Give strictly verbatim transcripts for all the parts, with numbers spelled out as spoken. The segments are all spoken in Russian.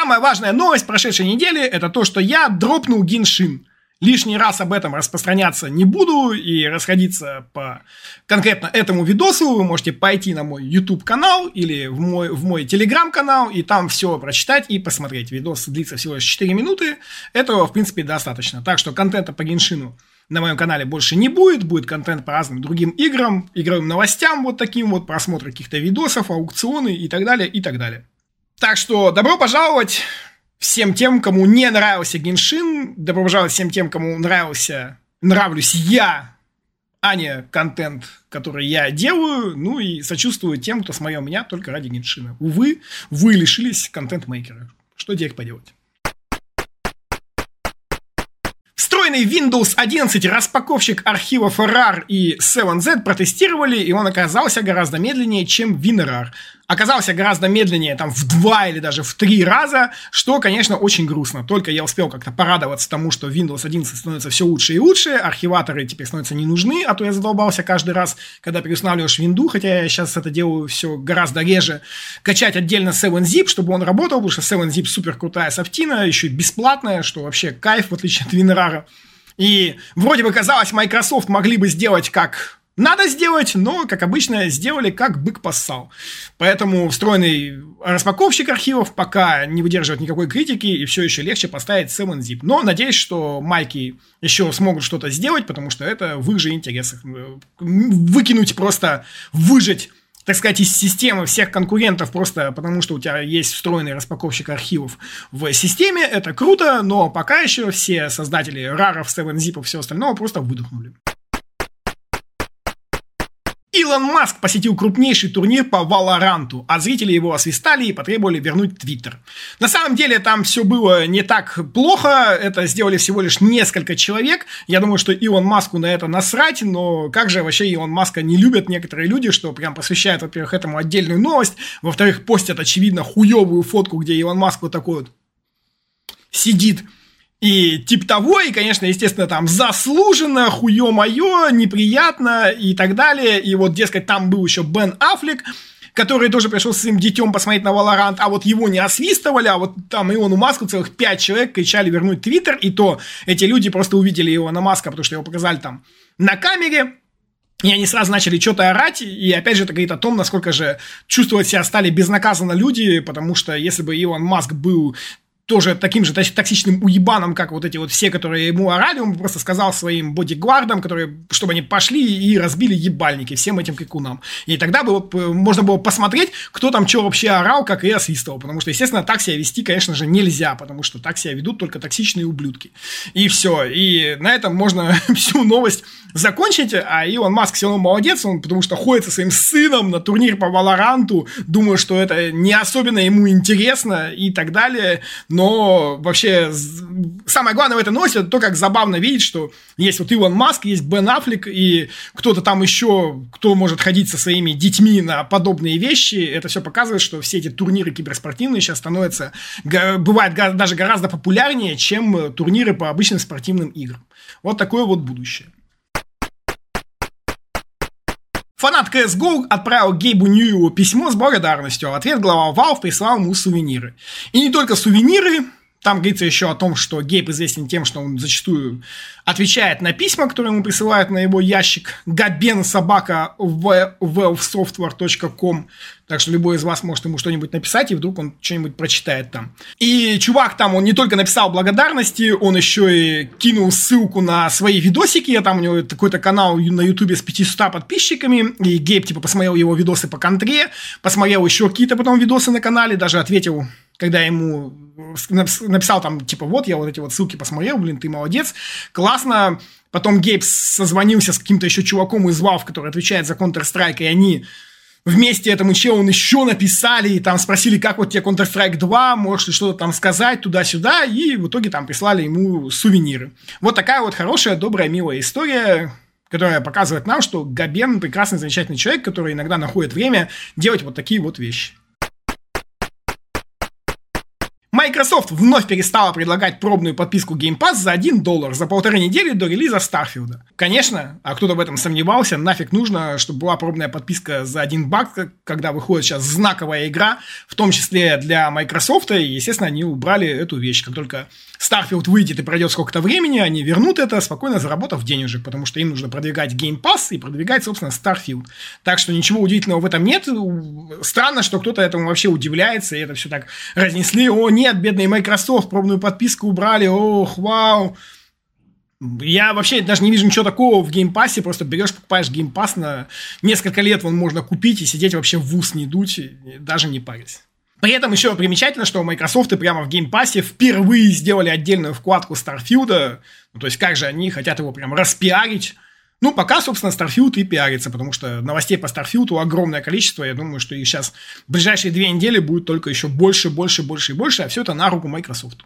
самая важная новость прошедшей недели – это то, что я дропнул Геншин. Лишний раз об этом распространяться не буду и расходиться по конкретно этому видосу. Вы можете пойти на мой YouTube-канал или в мой, в мой Telegram-канал и там все прочитать и посмотреть. Видос длится всего лишь четыре минуты. Этого, в принципе, достаточно. Так что контента по Геншину на моем канале больше не будет. Будет контент по разным другим играм, игровым новостям, вот таким вот, просмотр каких-то видосов, аукционы и так далее, и так далее. Так что добро пожаловать всем тем, кому не нравился Геншин, добро пожаловать всем тем, кому нравился, нравлюсь я, а не контент, который я делаю, ну и сочувствую тем, кто смотрел меня только ради Геншина. Увы, вы лишились контент-мейкера. Что теперь поделать? Встроенный Windows одиннадцать распаковщик архивов rar и севен зет протестировали, и он оказался гораздо медленнее, чем WinRAR. Оказался гораздо медленнее, там, в два или даже в три раза, что, конечно, очень грустно. Только я успел как-то порадоваться тому, что Windows одиннадцать становится все лучше и лучше, архиваторы теперь становятся не нужны, а то я задолбался каждый раз, когда переустанавливаешь винду, хотя я сейчас это делаю все гораздо реже, качать отдельно севен зип, чтобы он работал, потому что севен зип супер крутая софтина, еще и бесплатная, что вообще кайф, в отличие от WinRAR. И вроде бы казалось, Microsoft могли бы сделать как надо сделать, но, как обычно, сделали как бык поссал. Поэтому встроенный распаковщик архивов пока не выдерживает никакой критики, и все еще легче поставить севен зип. Но надеюсь, что майки еще смогут что-то сделать, потому что это в их же интересах. Выкинуть просто, выжать, так сказать, из системы всех конкурентов просто потому, что у тебя есть встроенный распаковщик архивов в системе, это круто, но пока еще все создатели раров, севен зип и всего остального просто выдохнули. Илон Маск посетил крупнейший турнир по Валоранту, а зрители его освистали и потребовали вернуть Твиттер. На самом деле там все было не так плохо, это сделали всего лишь несколько человек. Я думаю, что Илон Маску на это насрать, но как же вообще Илон Маска не любят некоторые люди, что прям посвящают, во-первых, этому отдельную новость, во-вторых, постят, очевидно, хуевую фотку, где Илон Маск вот такой вот сидит. И тип того, и, конечно, естественно, там заслуженно, хуё-моё, неприятно и так далее. И вот, дескать, там был еще Бен Аффлек, который тоже пришел с своим детем посмотреть на Valorant, а вот его не освистывали, а вот там Илону Маску целых пять человек кричали вернуть Твиттер, и то эти люди просто увидели Илона Маска, потому что его показали там на камере. И они сразу начали что-то орать, и опять же это говорит о том, насколько же чувствовать себя стали безнаказанно люди, потому что если бы Илон Маск был тоже таким же токсичным уебаном, как вот эти вот все, которые ему орали, он просто сказал своим бодигвардам, которые, чтобы они пошли и разбили ебальники всем этим крикунам. И тогда было, можно было посмотреть, кто там что вообще орал, как и освистывал. Потому что, естественно, так себя вести, конечно же, нельзя, потому что так себя ведут только токсичные ублюдки. И все. И на этом можно всю новость закончить. А Илон Маск все равно молодец, он потому что ходит со своим сыном на турнир по Валоранту, думаю, что это не особенно ему интересно и так далее. Но вообще самое главное в этой новости это то, как забавно видеть, что есть вот Илон Маск, есть Бен Аффлек и кто-то там еще, кто может ходить со своими детьми на подобные вещи. Это все показывает, что все эти турниры киберспортивные сейчас становятся, бывает даже гораздо популярнее, чем турниры по обычным спортивным играм. Вот такое вот будущее. Фанат си эс го отправил Гейбу Ньюэллу письмо с благодарностью, а в ответ глава Valve прислал ему сувениры. И не только сувениры, там говорится еще о том, что Гейб известен тем, что он зачастую отвечает на письма, которые ему присылают на его ящик габен собака valve software точка ком. Так что любой из вас может ему что-нибудь написать, и вдруг он что-нибудь прочитает там. И чувак там, он не только написал благодарности, он еще и кинул ссылку на свои видосики. Там у него какой-то канал на ютубе с пятьюстами подписчиками. И Гейб типа посмотрел его видосы по контре, посмотрел еще какие-то потом видосы на канале, даже ответил, когда ему написал там, типа, вот, я вот эти вот ссылки посмотрел, блин, ты молодец, классно. Потом Гейб созвонился с каким-то еще чуваком из Valve, который отвечает за Counter-Strike, и они вместе этому челу еще написали, и там спросили, как вот тебе Counter-Strike два, можешь ли что-то там сказать, туда-сюда, и в итоге там прислали ему сувениры. Вот такая вот хорошая, добрая, милая история, которая показывает нам, что Габен прекрасный, замечательный человек, который иногда находит время делать вот такие вот вещи. Microsoft вновь перестала предлагать пробную подписку Game Pass за один доллар за полторы недели до релиза Starfield. Конечно, а кто-то в этом сомневался, нафиг нужно, чтобы была пробная подписка за один бак, когда выходит сейчас знаковая игра, в том числе для Microsoft, и, естественно, они убрали эту вещь. Как только Starfield выйдет и пройдет сколько-то времени, они вернут это, спокойно заработав денежек, потому что им нужно продвигать Game Pass и продвигать, собственно, Starfield. Так что ничего удивительного в этом нет. Странно, что кто-то этому вообще удивляется, и это все так разнесли. О, нет, бедный Microsoft, пробную подписку убрали, ох, вау. Я вообще даже не вижу ничего такого в Game Pass, просто берешь, покупаешь Game Pass на несколько лет, вон можно купить и сидеть вообще в ус не дуть, даже не парясь. При этом еще примечательно, что Microsoft прямо в Game Pass впервые сделали отдельную вкладку Starfield, ну, то есть как же они хотят его прям распиарить. Ну, пока, собственно, Starfield и пиарится, потому что новостей по Starfield огромное количество. Я думаю, что их сейчас в ближайшие две недели будет только еще больше, больше, больше и больше, а все это на руку Microsoft.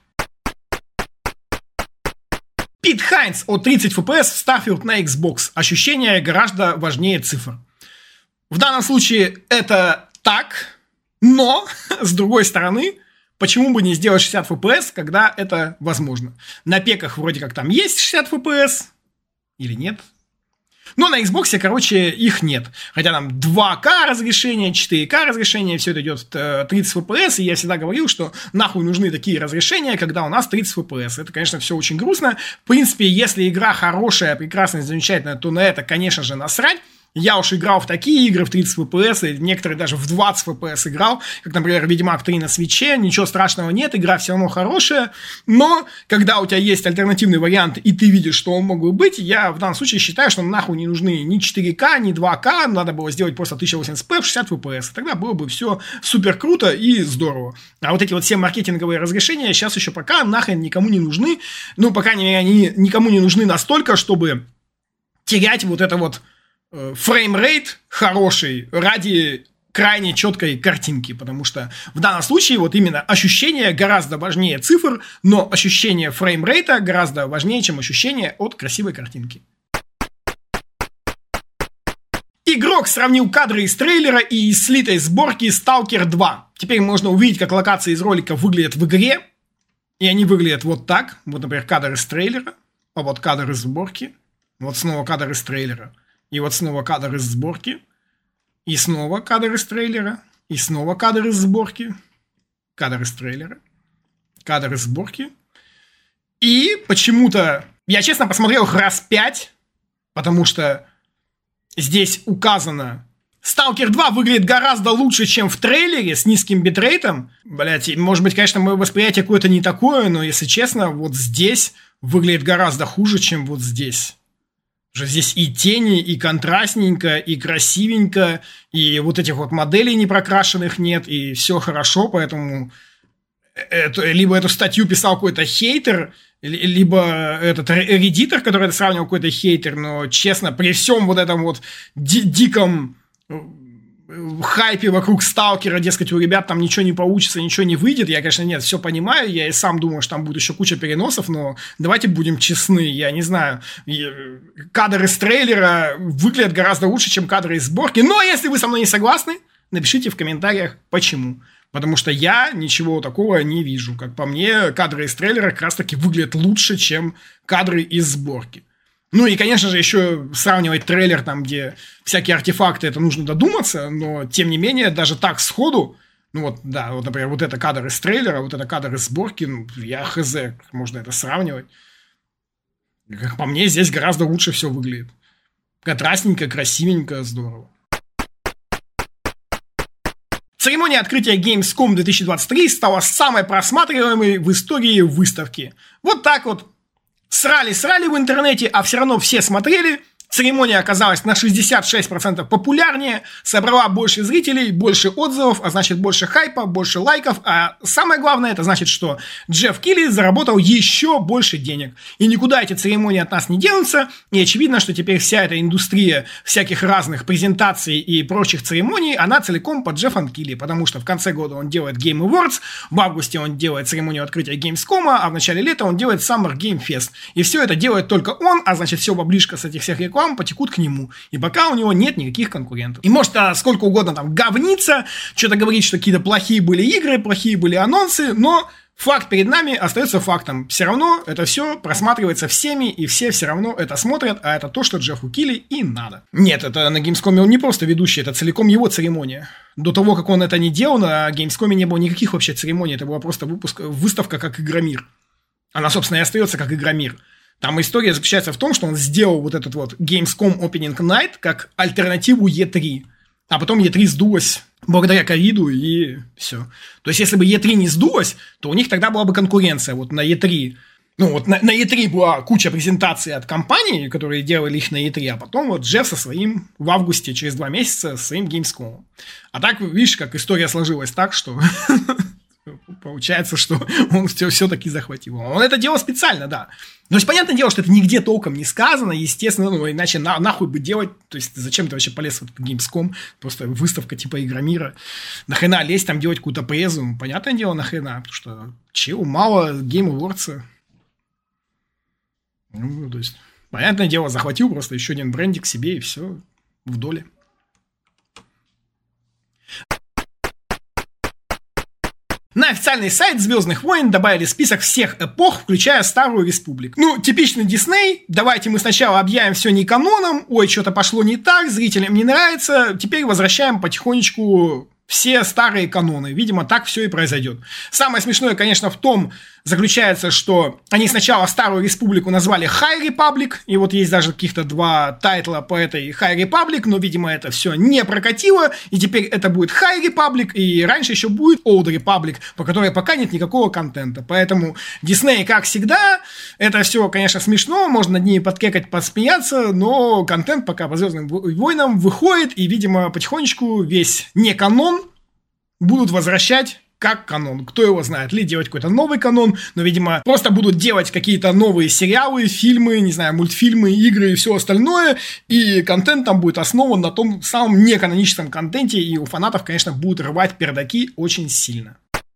Пит Хайнс о тридцать эф пи эс в Starfield на Xbox. Ощущение гораздо важнее цифр. В данном случае это так, но, с другой стороны, почему бы не сделать шестьдесят эф пи эс, когда это возможно? На пеках вроде как там есть шестьдесят эф пи эс или нет? Но на Xbox, короче, их нет. Хотя там два ка разрешение, четыре ка разрешение, все это идет тридцать эф пи эс, и я всегда говорил, что нахуй нужны такие разрешения, когда у нас тридцать эф пи эс. Это, конечно, все очень грустно. В принципе, если игра хорошая, прекрасная, замечательная, то на это, конечно же, насрать. Я уж играл в такие игры в тридцать эф пи эс, и некоторые даже в двадцать эф пи эс играл, как, например, Ведьмак три на свитче, ничего страшного нет, игра все равно хорошая, но когда у тебя есть альтернативный вариант, и ты видишь, что он мог бы быть, я в данном случае считаю, что нахуй не нужны ни четыре ка, ни два ка, надо было сделать просто тысяча восемьдесят пи в шестьдесят эф пи эс, и тогда было бы все супер круто и здорово. А вот эти вот все маркетинговые разрешения сейчас еще пока нахрен никому не нужны, ну, по крайней мере, они никому не нужны настолько, чтобы терять вот это вот фреймрейт хороший ради крайне четкой картинки, потому что в данном случае вот именно ощущение гораздо важнее цифр, но ощущение фреймрейта гораздо важнее, чем ощущение от красивой картинки. Игрок сравнил кадры из трейлера и из слитой сборки Сталкер два. Теперь можно увидеть, как локации из ролика выглядят в игре, и они выглядят вот так. Вот, например, кадр из трейлера, а вот кадр из сборки, вот снова кадр из трейлера. И вот снова кадр из сборки, и снова кадр из трейлера, и снова кадр из сборки, кадр из трейлера, кадр из сборки. И почему-то, я честно посмотрел их раз пять, потому что здесь указано, Сталкер два выглядит гораздо лучше, чем в трейлере с низким битрейтом. Блять, может быть, конечно, мое восприятие какое-то не такое, но, если честно, вот здесь выглядит гораздо хуже, чем вот здесь. Что здесь и тени, и контрастненько, и красивенько, и вот этих вот моделей непрокрашенных нет, и все хорошо, поэтому это, либо эту статью писал какой-то хейтер, либо этот реддитор, который это сравнивал, какой-то хейтер, но, честно, при всем вот этом вот ди- диком хайпе вокруг Сталкера, дескать, у ребят там ничего не получится, ничего не выйдет. Я, конечно, нет, все понимаю, я и сам думаю, что там будет еще куча переносов, но давайте будем честны, я не знаю, кадры из трейлера выглядят гораздо лучше, чем кадры из сборки, но если вы со мной не согласны, напишите в комментариях, почему. Потому что я ничего такого не вижу. Как по мне, кадры из трейлера как раз таки выглядят лучше, чем кадры из сборки. Ну и, конечно же, еще сравнивать трейлер, там, где всякие артефакты, это нужно додуматься, но, тем не менее, даже так сходу, ну вот, да, вот, например, вот это кадр из трейлера, вот это кадр из сборки, ну, я хз, как можно это сравнивать. Как по мне, здесь гораздо лучше все выглядит. Контрастненько, красивенько, здорово. Церемония открытия Gamescom две тысячи двадцать три стала самой просматриваемой в истории выставки. Вот так вот. Срали-срали в интернете, а все равно все смотрели. Церемония оказалась на шестьдесят шесть процентов популярнее, собрала больше зрителей, больше отзывов, а значит больше хайпа, больше лайков, а самое главное, это значит, что Джефф Килли заработал еще больше денег. И никуда эти церемонии от нас не денутся, и очевидно, что теперь вся эта индустрия всяких разных презентаций и прочих церемоний, она целиком под Джеффом Килли, потому что в конце года он делает Game Awards, в августе он делает церемонию открытия Gamescom, а в начале лета он делает Summer Game Fest. И все это делает только он, а значит все баблишко с этих всех реклам потекут к нему. И пока у него нет никаких конкурентов. И может а, сколько угодно там говниться, что-то говорить, что какие-то плохие были игры, плохие были анонсы, но Факт перед нами остается фактом. Все равно это все просматривается всеми, и все все равно это смотрят, а это то, что Джеффу Килли и надо. Нет, это на Gamescom он не просто ведущий, это целиком его церемония. До того, как он это не делал, на Gamescom не было никаких вообще церемоний, это была просто выпуск, выставка как Игромир. Она, собственно, и остается как Игромир. Там история заключается в том, что он сделал вот этот вот Gamescom Opening Night как альтернативу и три. А потом и три сдулась благодаря ковиду, и все. То есть, если бы и три не сдулась, то у них тогда была бы конкуренция. Вот на и три, ну вот на, на и три была куча презентаций от компаний, которые делали их на и три, а потом вот Джефф со своим в августе, через два месяца, со своим Gamescom. А так, видишь, как история сложилась так, что получается, что он все-таки захватил. Он это делал специально, да. То есть, понятное дело, что это нигде толком не сказано, естественно, ну, иначе на, нахуй бы делать, то есть, зачем ты вообще полез в этот Gamescom, просто выставка типа Игромира, нахрена лезть там делать какую-то презу, понятное дело, нахрена, потому что чего, мало Game Awards, ну, то есть, понятное дело, захватил просто еще один брендик себе, и все, в доле. На официальный сайт «Звездных войн» добавили список всех эпох, включая Старую Республику. Ну, типичный Дисней. Давайте мы сначала объявим все не каноном. Ой, что-то пошло не так, зрителям не нравится. Теперь возвращаем потихонечку все старые каноны. Видимо, так все и произойдет. Самое смешное, конечно, в том заключается, что они сначала Старую Республику назвали High Republic, и вот есть даже каких-то два тайтла по этой High Republic, но, видимо, это все не прокатило, и теперь это будет High Republic, и раньше еще будет Old Republic, по которой пока нет никакого контента. Поэтому Disney, как всегда, это все, конечно, смешно, можно над ними подкекать, подсмеяться, но контент пока по «Звездным войнам» выходит, и, видимо, потихонечку весь не канон будут возвращать как канон. Кто его знает, ли делать какой-то новый канон, но, видимо, просто будут делать какие-то новые сериалы, фильмы, не знаю, мультфильмы, игры и все остальное, и контент там будет основан на том самом неканоническом контенте, и у фанатов, конечно, будут рвать пердаки очень сильно.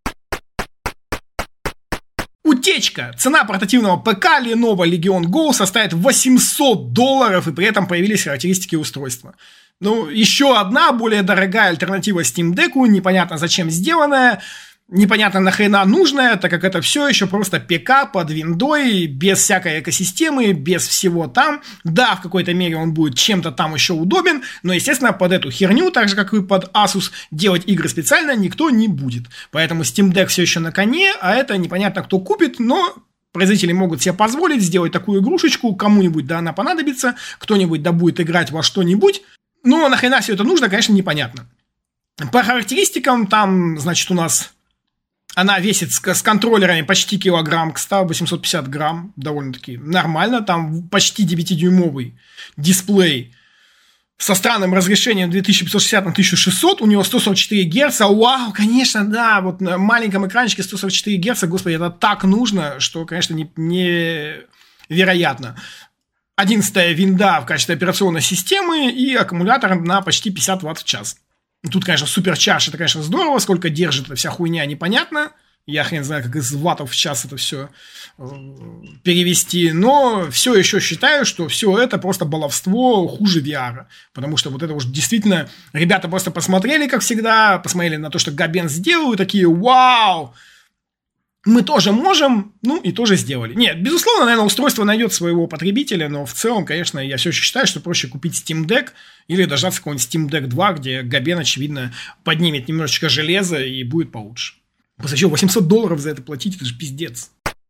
Утечка. Цена портативного ПК Lenovo Legion Go составит восемьсот долларов, и при этом появились характеристики устройства. Ну, еще одна более дорогая альтернатива Steam Deck'у, непонятно зачем сделанная, непонятно нахрена нужная, так как это все еще просто ПК под виндой, без всякой экосистемы, без всего там. Да, в какой-то мере он будет чем-то там еще удобен, но, естественно, под эту херню, так же, как и под Asus, делать игры специально никто не будет. Поэтому Steam Deck все еще на коне, а это непонятно кто купит, но производители могут себе позволить сделать такую игрушечку, кому-нибудь да она понадобится, кто-нибудь да будет играть во что-нибудь. Но нахрена все это нужно, конечно, непонятно. По характеристикам, там, значит, у нас она весит с, с контроллерами почти килограмм, к ста восемьсот пятьдесят грамм, довольно-таки нормально. Там почти девятидюймовый дисплей со странным разрешением две тысячи пятьсот шестьдесят на тысячу шестьсот, у него сто сорок четыре герца, вау, конечно, да, вот на маленьком экранчике сто сорок четыре герца, господи, это так нужно, что, конечно, не, невероятно. одиннадцатая винда в качестве операционной системы и аккумулятор на почти пятьдесят ватт в час. Тут, конечно, суперчарж, это, конечно, здорово, сколько держит эта вся хуйня, непонятно. Я хрен знаю, как из ваттов в час это все перевести, но все еще считаю, что все это просто баловство хуже ви ар, потому что вот это уж действительно ребята просто посмотрели, как всегда, посмотрели на то, что Габен сделал, и такие, вау, мы тоже можем, ну и тоже сделали. Нет, безусловно, наверное, устройство найдет своего потребителя, но в целом, конечно, я все еще считаю, что проще купить Steam Deck или дождаться какого-нибудь Steam Deck два, где Габен, очевидно, поднимет немножечко железа и будет получше. После чего восемьсот долларов за это платить, это же пиздец.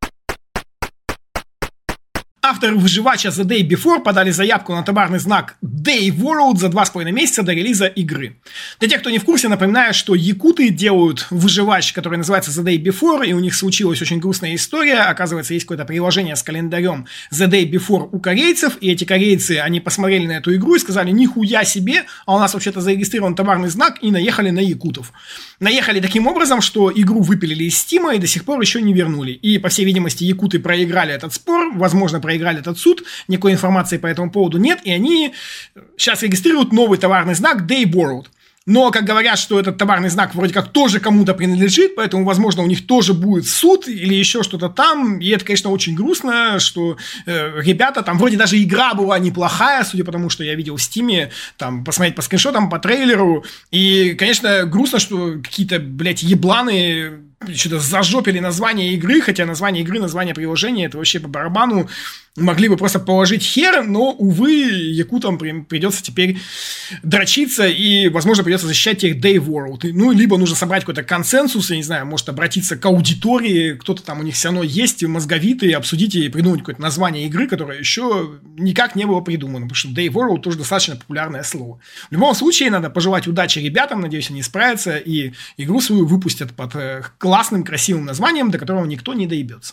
Авторы выживача The Day Before подали заявку на товарный знак Day World за два с половиной месяца до релиза игры. Для тех, кто не в курсе, напоминаю, что якуты делают выживач, который называется The Day Before, и у них случилась очень грустная история. Оказывается, есть какое-то приложение с календарем The Day Before у корейцев, и эти корейцы, они посмотрели на эту игру и сказали, нихуя себе, а у нас вообще-то зарегистрирован товарный знак, и наехали на якутов. Наехали таким образом, что игру выпилили из Стима и до сих пор еще не вернули. И, по всей видимости, якуты проиграли этот спор, возможно, проиграли играли этот суд, никакой информации по этому поводу нет, и они сейчас регистрируют новый товарный знак Day World. Но, как говорят, что этот товарный знак вроде как тоже кому-то принадлежит, поэтому, возможно, у них тоже будет суд или еще что-то там, и это, конечно, очень грустно, что э, ребята, там вроде даже игра была неплохая, судя по тому, что я видел в Стиме, там, посмотреть по скриншотам, по трейлеру, и, конечно, грустно, что какие-то, блядь, ебланы что-то зажопили название игры, хотя название игры, название приложения, это вообще по барабану, могли бы просто положить хер, но, увы, якутам придется теперь дрочиться, и, возможно, придется защищать тех Day World. Ну, либо нужно собрать какой-то консенсус, я не знаю, может обратиться к аудитории, кто-то там у них все равно есть, мозговитые, обсудить и придумать какое-то название игры, которое еще никак не было придумано, потому что Day World тоже достаточно популярное слово. В любом случае, надо пожелать удачи ребятам, надеюсь, они справятся, и игру свою выпустят под классным, красивым названием, до которого никто не доебется.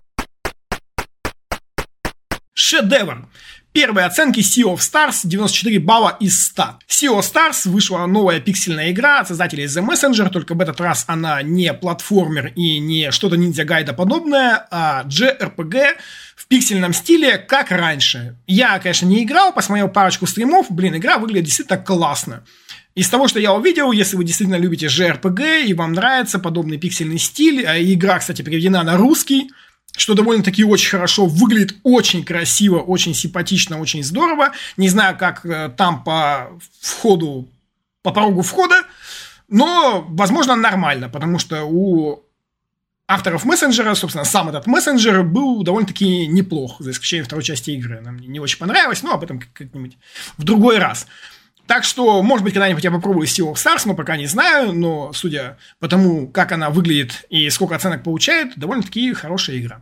Шедевр. Первые оценки Sea of Stars девяносто четыре балла из ста. Sea of Stars вышла новая пиксельная игра от создателей The Messenger, только в этот раз она не платформер и не что-то Ninja Gaiden подобное, а джей ар пи джи в пиксельном стиле, как раньше. Я, конечно, не играл, посмотрел парочку стримов, блин, игра выглядит действительно классно. Из того, что я увидел, если вы действительно любите джей ар пи джи и вам нравится подобный пиксельный стиль, а игра, кстати, переведена на русский, что довольно-таки очень хорошо, выглядит очень красиво, очень симпатично, очень здорово. Не знаю, как э, там по входу, по порогу входа, но, возможно, нормально, потому что у авторов мессенджера, собственно, сам этот мессенджер был довольно-таки неплох, за исключением второй части игры. Она мне не очень понравилась, но об этом как-нибудь в другой раз. Так что, может быть, когда-нибудь я попробую Sea of Stars, но пока не знаю, но судя по тому, как она выглядит и сколько оценок получает, довольно-таки хорошая игра.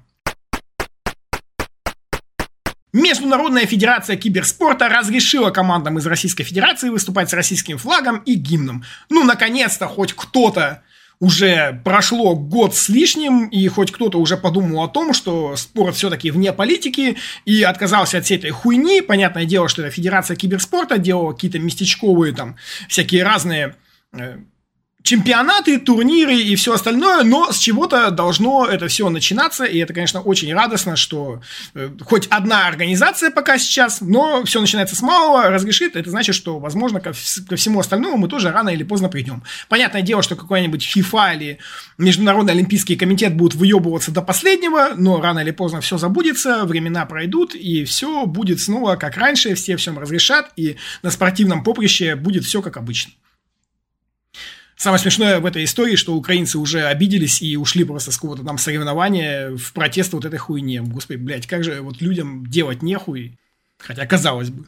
Международная федерация киберспорта разрешила командам из Российской Федерации выступать с российским флагом и гимном. Ну, наконец-то, хоть кто-то уже прошло год с лишним, и хоть кто-то уже подумал о том, что спорт все-таки вне политики, и отказался от всей этой хуйни. Понятное дело, что это Федерация киберспорта делала какие-то местечковые там всякие разные э, чемпионаты, турниры и все остальное, но с чего-то должно это все начинаться, и это, конечно, очень радостно, что э, хоть одна организация пока сейчас, но все начинается с малого, разрешит, это значит, что, возможно, ко, ко всему остальному мы тоже рано или поздно придем. Понятное дело, что какой-нибудь FIFA или Международный Олимпийский комитет будут выебываться до последнего, но рано или поздно все забудется, времена пройдут, и все будет снова как раньше, все всем разрешат, и на спортивном поприще будет все как обычно. Самое смешное в этой истории, что украинцы уже обиделись и ушли просто с какого-то там соревнования в протест вот этой хуйне. Господи, блядь, как же вот людям делать нехуй, хотя казалось бы.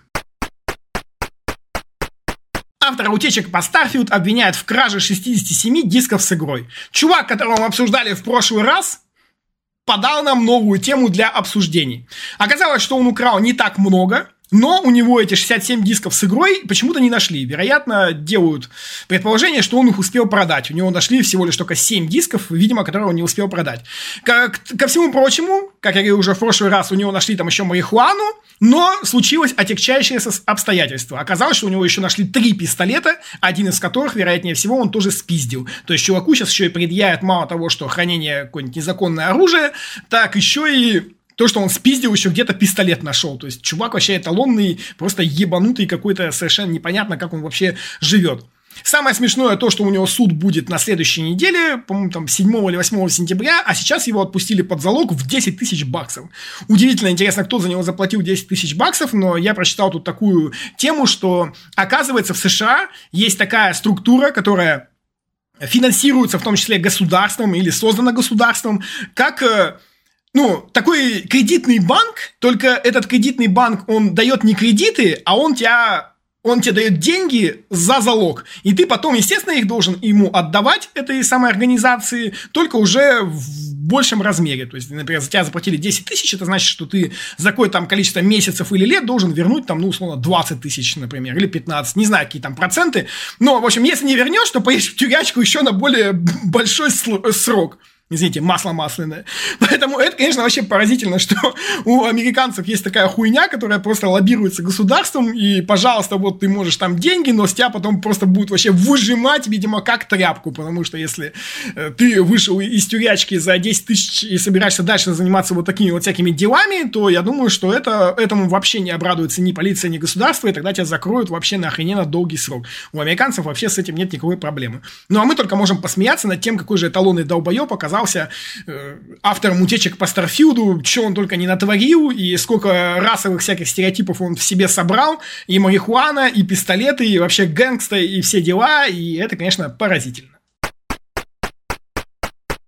Автора утечек по Starfield обвиняют в краже шестидесяти семи дисков с игрой. Чувак, которого мы обсуждали в прошлый раз, подал нам новую тему для обсуждений. Оказалось, что он украл не так много, но у него эти шестьдесят семь дисков с игрой почему-то не нашли. Вероятно, делают предположение, что он их успел продать. У него нашли всего лишь только семь дисков, видимо, которые он не успел продать. Как, ко всему прочему, как я говорил уже в прошлый раз, у него нашли там еще марихуану, но случилось отягчающее обстоятельство. Оказалось, что у него еще нашли три пистолета, один из которых, вероятнее всего, он тоже спиздил. То есть чуваку сейчас еще и предъявят мало того, что хранение какое-нибудь незаконное оружие, так еще и то, что он спиздил, еще где-то пистолет нашел. То есть чувак вообще эталонный, просто ебанутый какой-то, совершенно непонятно, как он вообще живет. Самое смешное то, что у него суд будет на следующей неделе, по-моему, там седьмого или восьмого сентября, а сейчас его отпустили под залог в десять тысяч баксов. Удивительно интересно, кто за него заплатил десять тысяч баксов, но я прочитал тут такую тему, что, оказывается, в США есть такая структура, которая финансируется в том числе государством или создана государством, как... Ну, такой кредитный банк, только этот кредитный банк, он дает не кредиты, а он тебя, он тебе дает деньги за залог. И ты потом, естественно, их должен ему отдавать, этой самой организации, только уже в большем размере. То есть, например, за тебя заплатили десять тысяч, это значит, что ты за какое-то там количество месяцев или лет должен вернуть, там, ну, условно, двадцать тысяч, например, или пятнадцать, не знаю, какие там проценты. Но, в общем, если не вернешь, то поедешь в тюрячку еще на более большой срок. Извините, масло масляное. Поэтому это, конечно, вообще поразительно, что у американцев есть такая хуйня, которая просто лоббируется государством, и, пожалуйста, вот ты можешь там деньги, но с тебя потом просто будут вообще выжимать, видимо, как тряпку, потому что если ты вышел из тюрячки за десять тысяч и собираешься дальше заниматься вот такими вот всякими делами, то я думаю, что это, этому вообще не обрадуется ни полиция, ни государство, и тогда тебя закроют вообще на охрененно долгий срок. У американцев вообще с этим нет никакой проблемы. Ну, а мы только можем посмеяться над тем, какой же эталонный долбоеб оказался э, автором утечек по Старфилду, что он только не натворил, и сколько расовых всяких стереотипов он в себе собрал, и марихуана, и пистолеты, и вообще гэнгста, и все дела, и это, конечно, поразительно.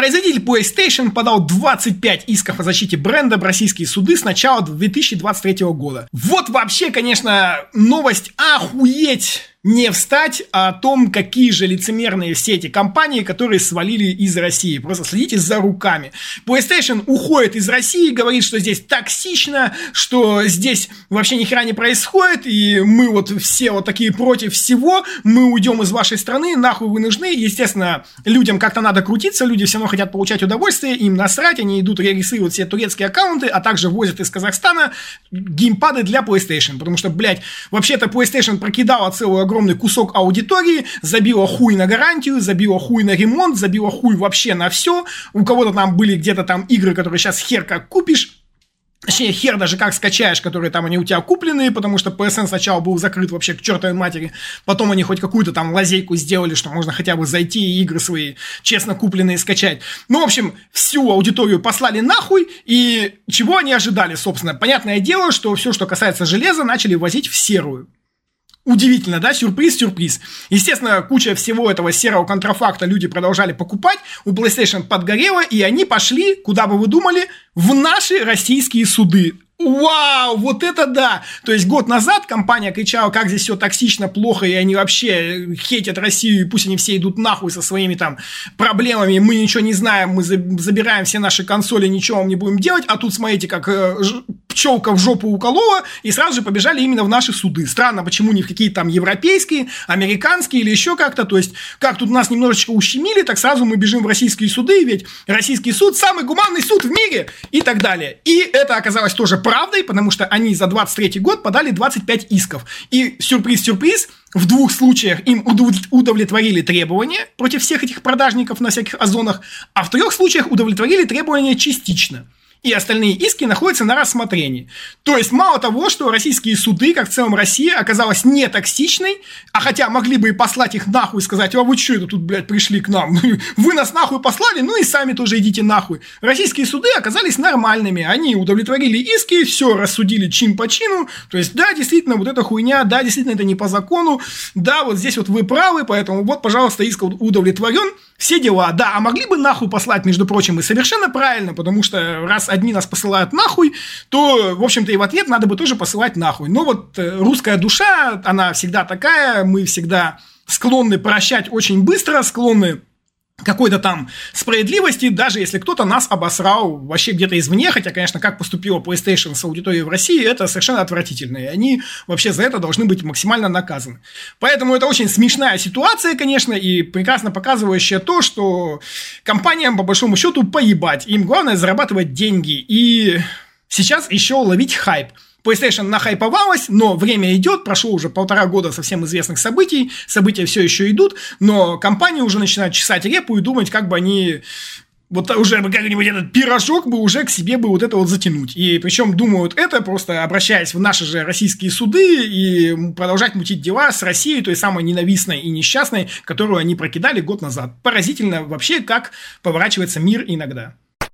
Производитель PlayStation подал двадцать пять исков о защите бренда в российские суды с начала две тысячи двадцать третьего года. Вот вообще, конечно, новость охуеть не встать о том, какие же лицемерные все эти компании, которые свалили из России. Просто следите за руками. PlayStation уходит из России, говорит, что здесь токсично, что здесь вообще ни хера не происходит, и мы вот все вот такие против всего, мы уйдем из вашей страны, нахуй вы нужны. Естественно, людям как-то надо крутиться, люди все равно хотят получать удовольствие, им насрать, они идут регистрируют все турецкие аккаунты, а также возят из Казахстана геймпады для PlayStation, потому что, блядь, вообще-то PlayStation прокидала целую огромный кусок аудитории, забила хуй на гарантию, забила хуй на ремонт, забила хуй вообще на все. У кого-то там были где-то там игры, которые сейчас хер как купишь. Точнее, хер даже как скачаешь, которые там они у тебя купленные, потому что пи эс эн сначала был закрыт вообще к чертовой матери, потом они хоть какую-то там лазейку сделали, что можно хотя бы зайти и игры свои честно купленные скачать. Ну, в общем, всю аудиторию послали нахуй, и чего они ожидали, собственно? Понятное дело, что все, что касается железа, начали возить в серую. Удивительно, да? Сюрприз, сюрприз. Естественно, куча всего этого серого контрафакта люди продолжали покупать, у PlayStation подгорело, и они пошли, куда бы вы думали, в наши российские суды. Вау, вот это да! То есть год назад компания кричала, как здесь все токсично, плохо, и они вообще хейтят Россию, и пусть они все идут нахуй со своими там проблемами, мы ничего не знаем, мы забираем все наши консоли, ничего вам не будем делать, а тут смотрите, как э, пчелка в жопу уколола, и сразу же побежали именно в наши суды. Странно, почему не в какие-то там европейские, американские или еще как-то, то есть как тут нас немножечко ущемили, так сразу мы бежим в российские суды, ведь российский суд самый гуманный суд в мире, и так далее. И это оказалось тоже правдой, потому что они за двадцать третий год подали двадцать пять исков. И сюрприз-сюрприз, в двух случаях им удовлетворили требования против всех этих продажников на всяких озонах, а в трех случаях удовлетворили требования частично. И остальные иски находятся на рассмотрении. То есть, мало того, что российские суды, как в целом Россия, оказалась не токсичной, а хотя могли бы и послать их нахуй и сказать, а вы что это тут, блядь, пришли к нам? Вы нас нахуй послали, ну и сами тоже идите нахуй. Российские суды оказались нормальными. Они удовлетворили иски, все рассудили чин по чину. То есть, да, действительно, вот эта хуйня, да, действительно, это не по закону. Да, вот здесь вот вы правы, поэтому вот, пожалуйста, иск удовлетворен. Все дела, да, а могли бы нахуй послать, между прочим, и совершенно правильно, потому что раз одни нас посылают нахуй, то, в общем-то, и в ответ надо бы тоже посылать нахуй. Но вот э, русская душа, она всегда такая, мы всегда склонны прощать очень быстро, склонны какой-то там справедливости, даже если кто-то нас обосрал вообще где-то извне, хотя, конечно, как поступила PlayStation с аудиторией в России, это совершенно отвратительно, и они вообще за это должны быть максимально наказаны. Поэтому это очень смешная ситуация, конечно, и прекрасно показывающая то, что компаниям, по большому счету, поебать, им главное зарабатывать деньги, и сейчас еще ловить хайп. PlayStation нахайповалась, но время идет, прошло уже полтора года совсем известных событий, события все еще идут, но компании уже начинают чесать репу и думать, как бы они вот уже как-нибудь этот пирожок бы уже к себе бы вот это вот затянуть. И причем думают это, просто обращаясь в наши же российские суды и продолжать мутить дела с Россией, той самой ненавистной и несчастной, которую они прокидали год назад. Поразительно вообще, как поворачивается мир иногда.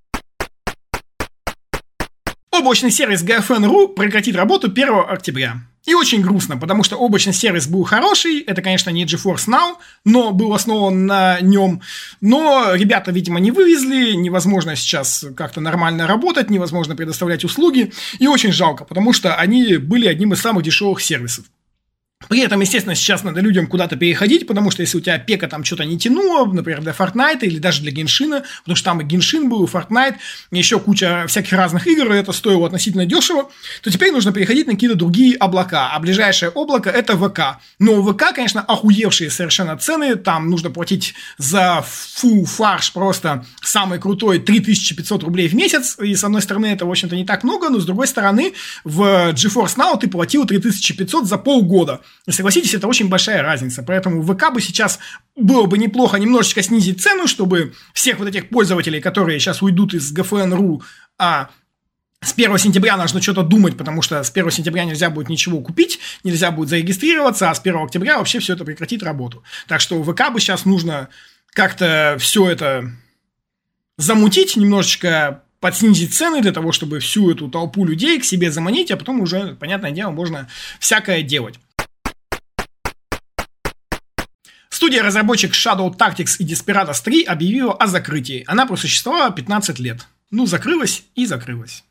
Облачный сервис джи эф эн точка ру прекратит работу первого октября. И очень грустно, потому что облачный сервис был хороший, это, конечно, не GeForce Now, но был основан на нем. Но ребята, видимо, не вывезли, невозможно сейчас как-то нормально работать, невозможно предоставлять услуги. И очень жалко, потому что они были одним из самых дешевых сервисов. При этом, естественно, сейчас надо людям куда-то переходить, потому что если у тебя пека там что-то не тянуло, например, для Fortnite или даже для Геншина, потому что там и Геншин был, и Fortnite, еще куча всяких разных игр, и это стоило относительно дешево, то теперь нужно переходить на какие-то другие облака. А ближайшее облако – это вэ ка. Но у вэ ка, конечно, охуевшие совершенно цены, там нужно платить за фу фарш просто самый крутой три тысячи пятьсот рублей в месяц, и с одной стороны это, в общем-то, не так много, но с другой стороны в GeForce Now ты платил три тысячи пятьсот за полгода. И согласитесь, это очень большая разница. Поэтому вэ ка бы сейчас было бы неплохо немножечко снизить цену, чтобы всех вот этих пользователей, которые сейчас уйдут из джи эф эн точка ру, а с первого сентября нужно что-то думать, потому что с первого сентября нельзя будет ничего купить, нельзя будет зарегистрироваться, а с первого октября вообще все это прекратит работу. Так что вэ ка бы сейчас нужно как-то все это замутить, немножечко подснизить цены для того, чтобы всю эту толпу людей к себе заманить, а потом уже, понятное дело, можно всякое делать. Студия-разработчик Shadow Tactics и Desperados три объявила о закрытии. Она просуществовала пятнадцать лет. Ну, закрылась и закрылась.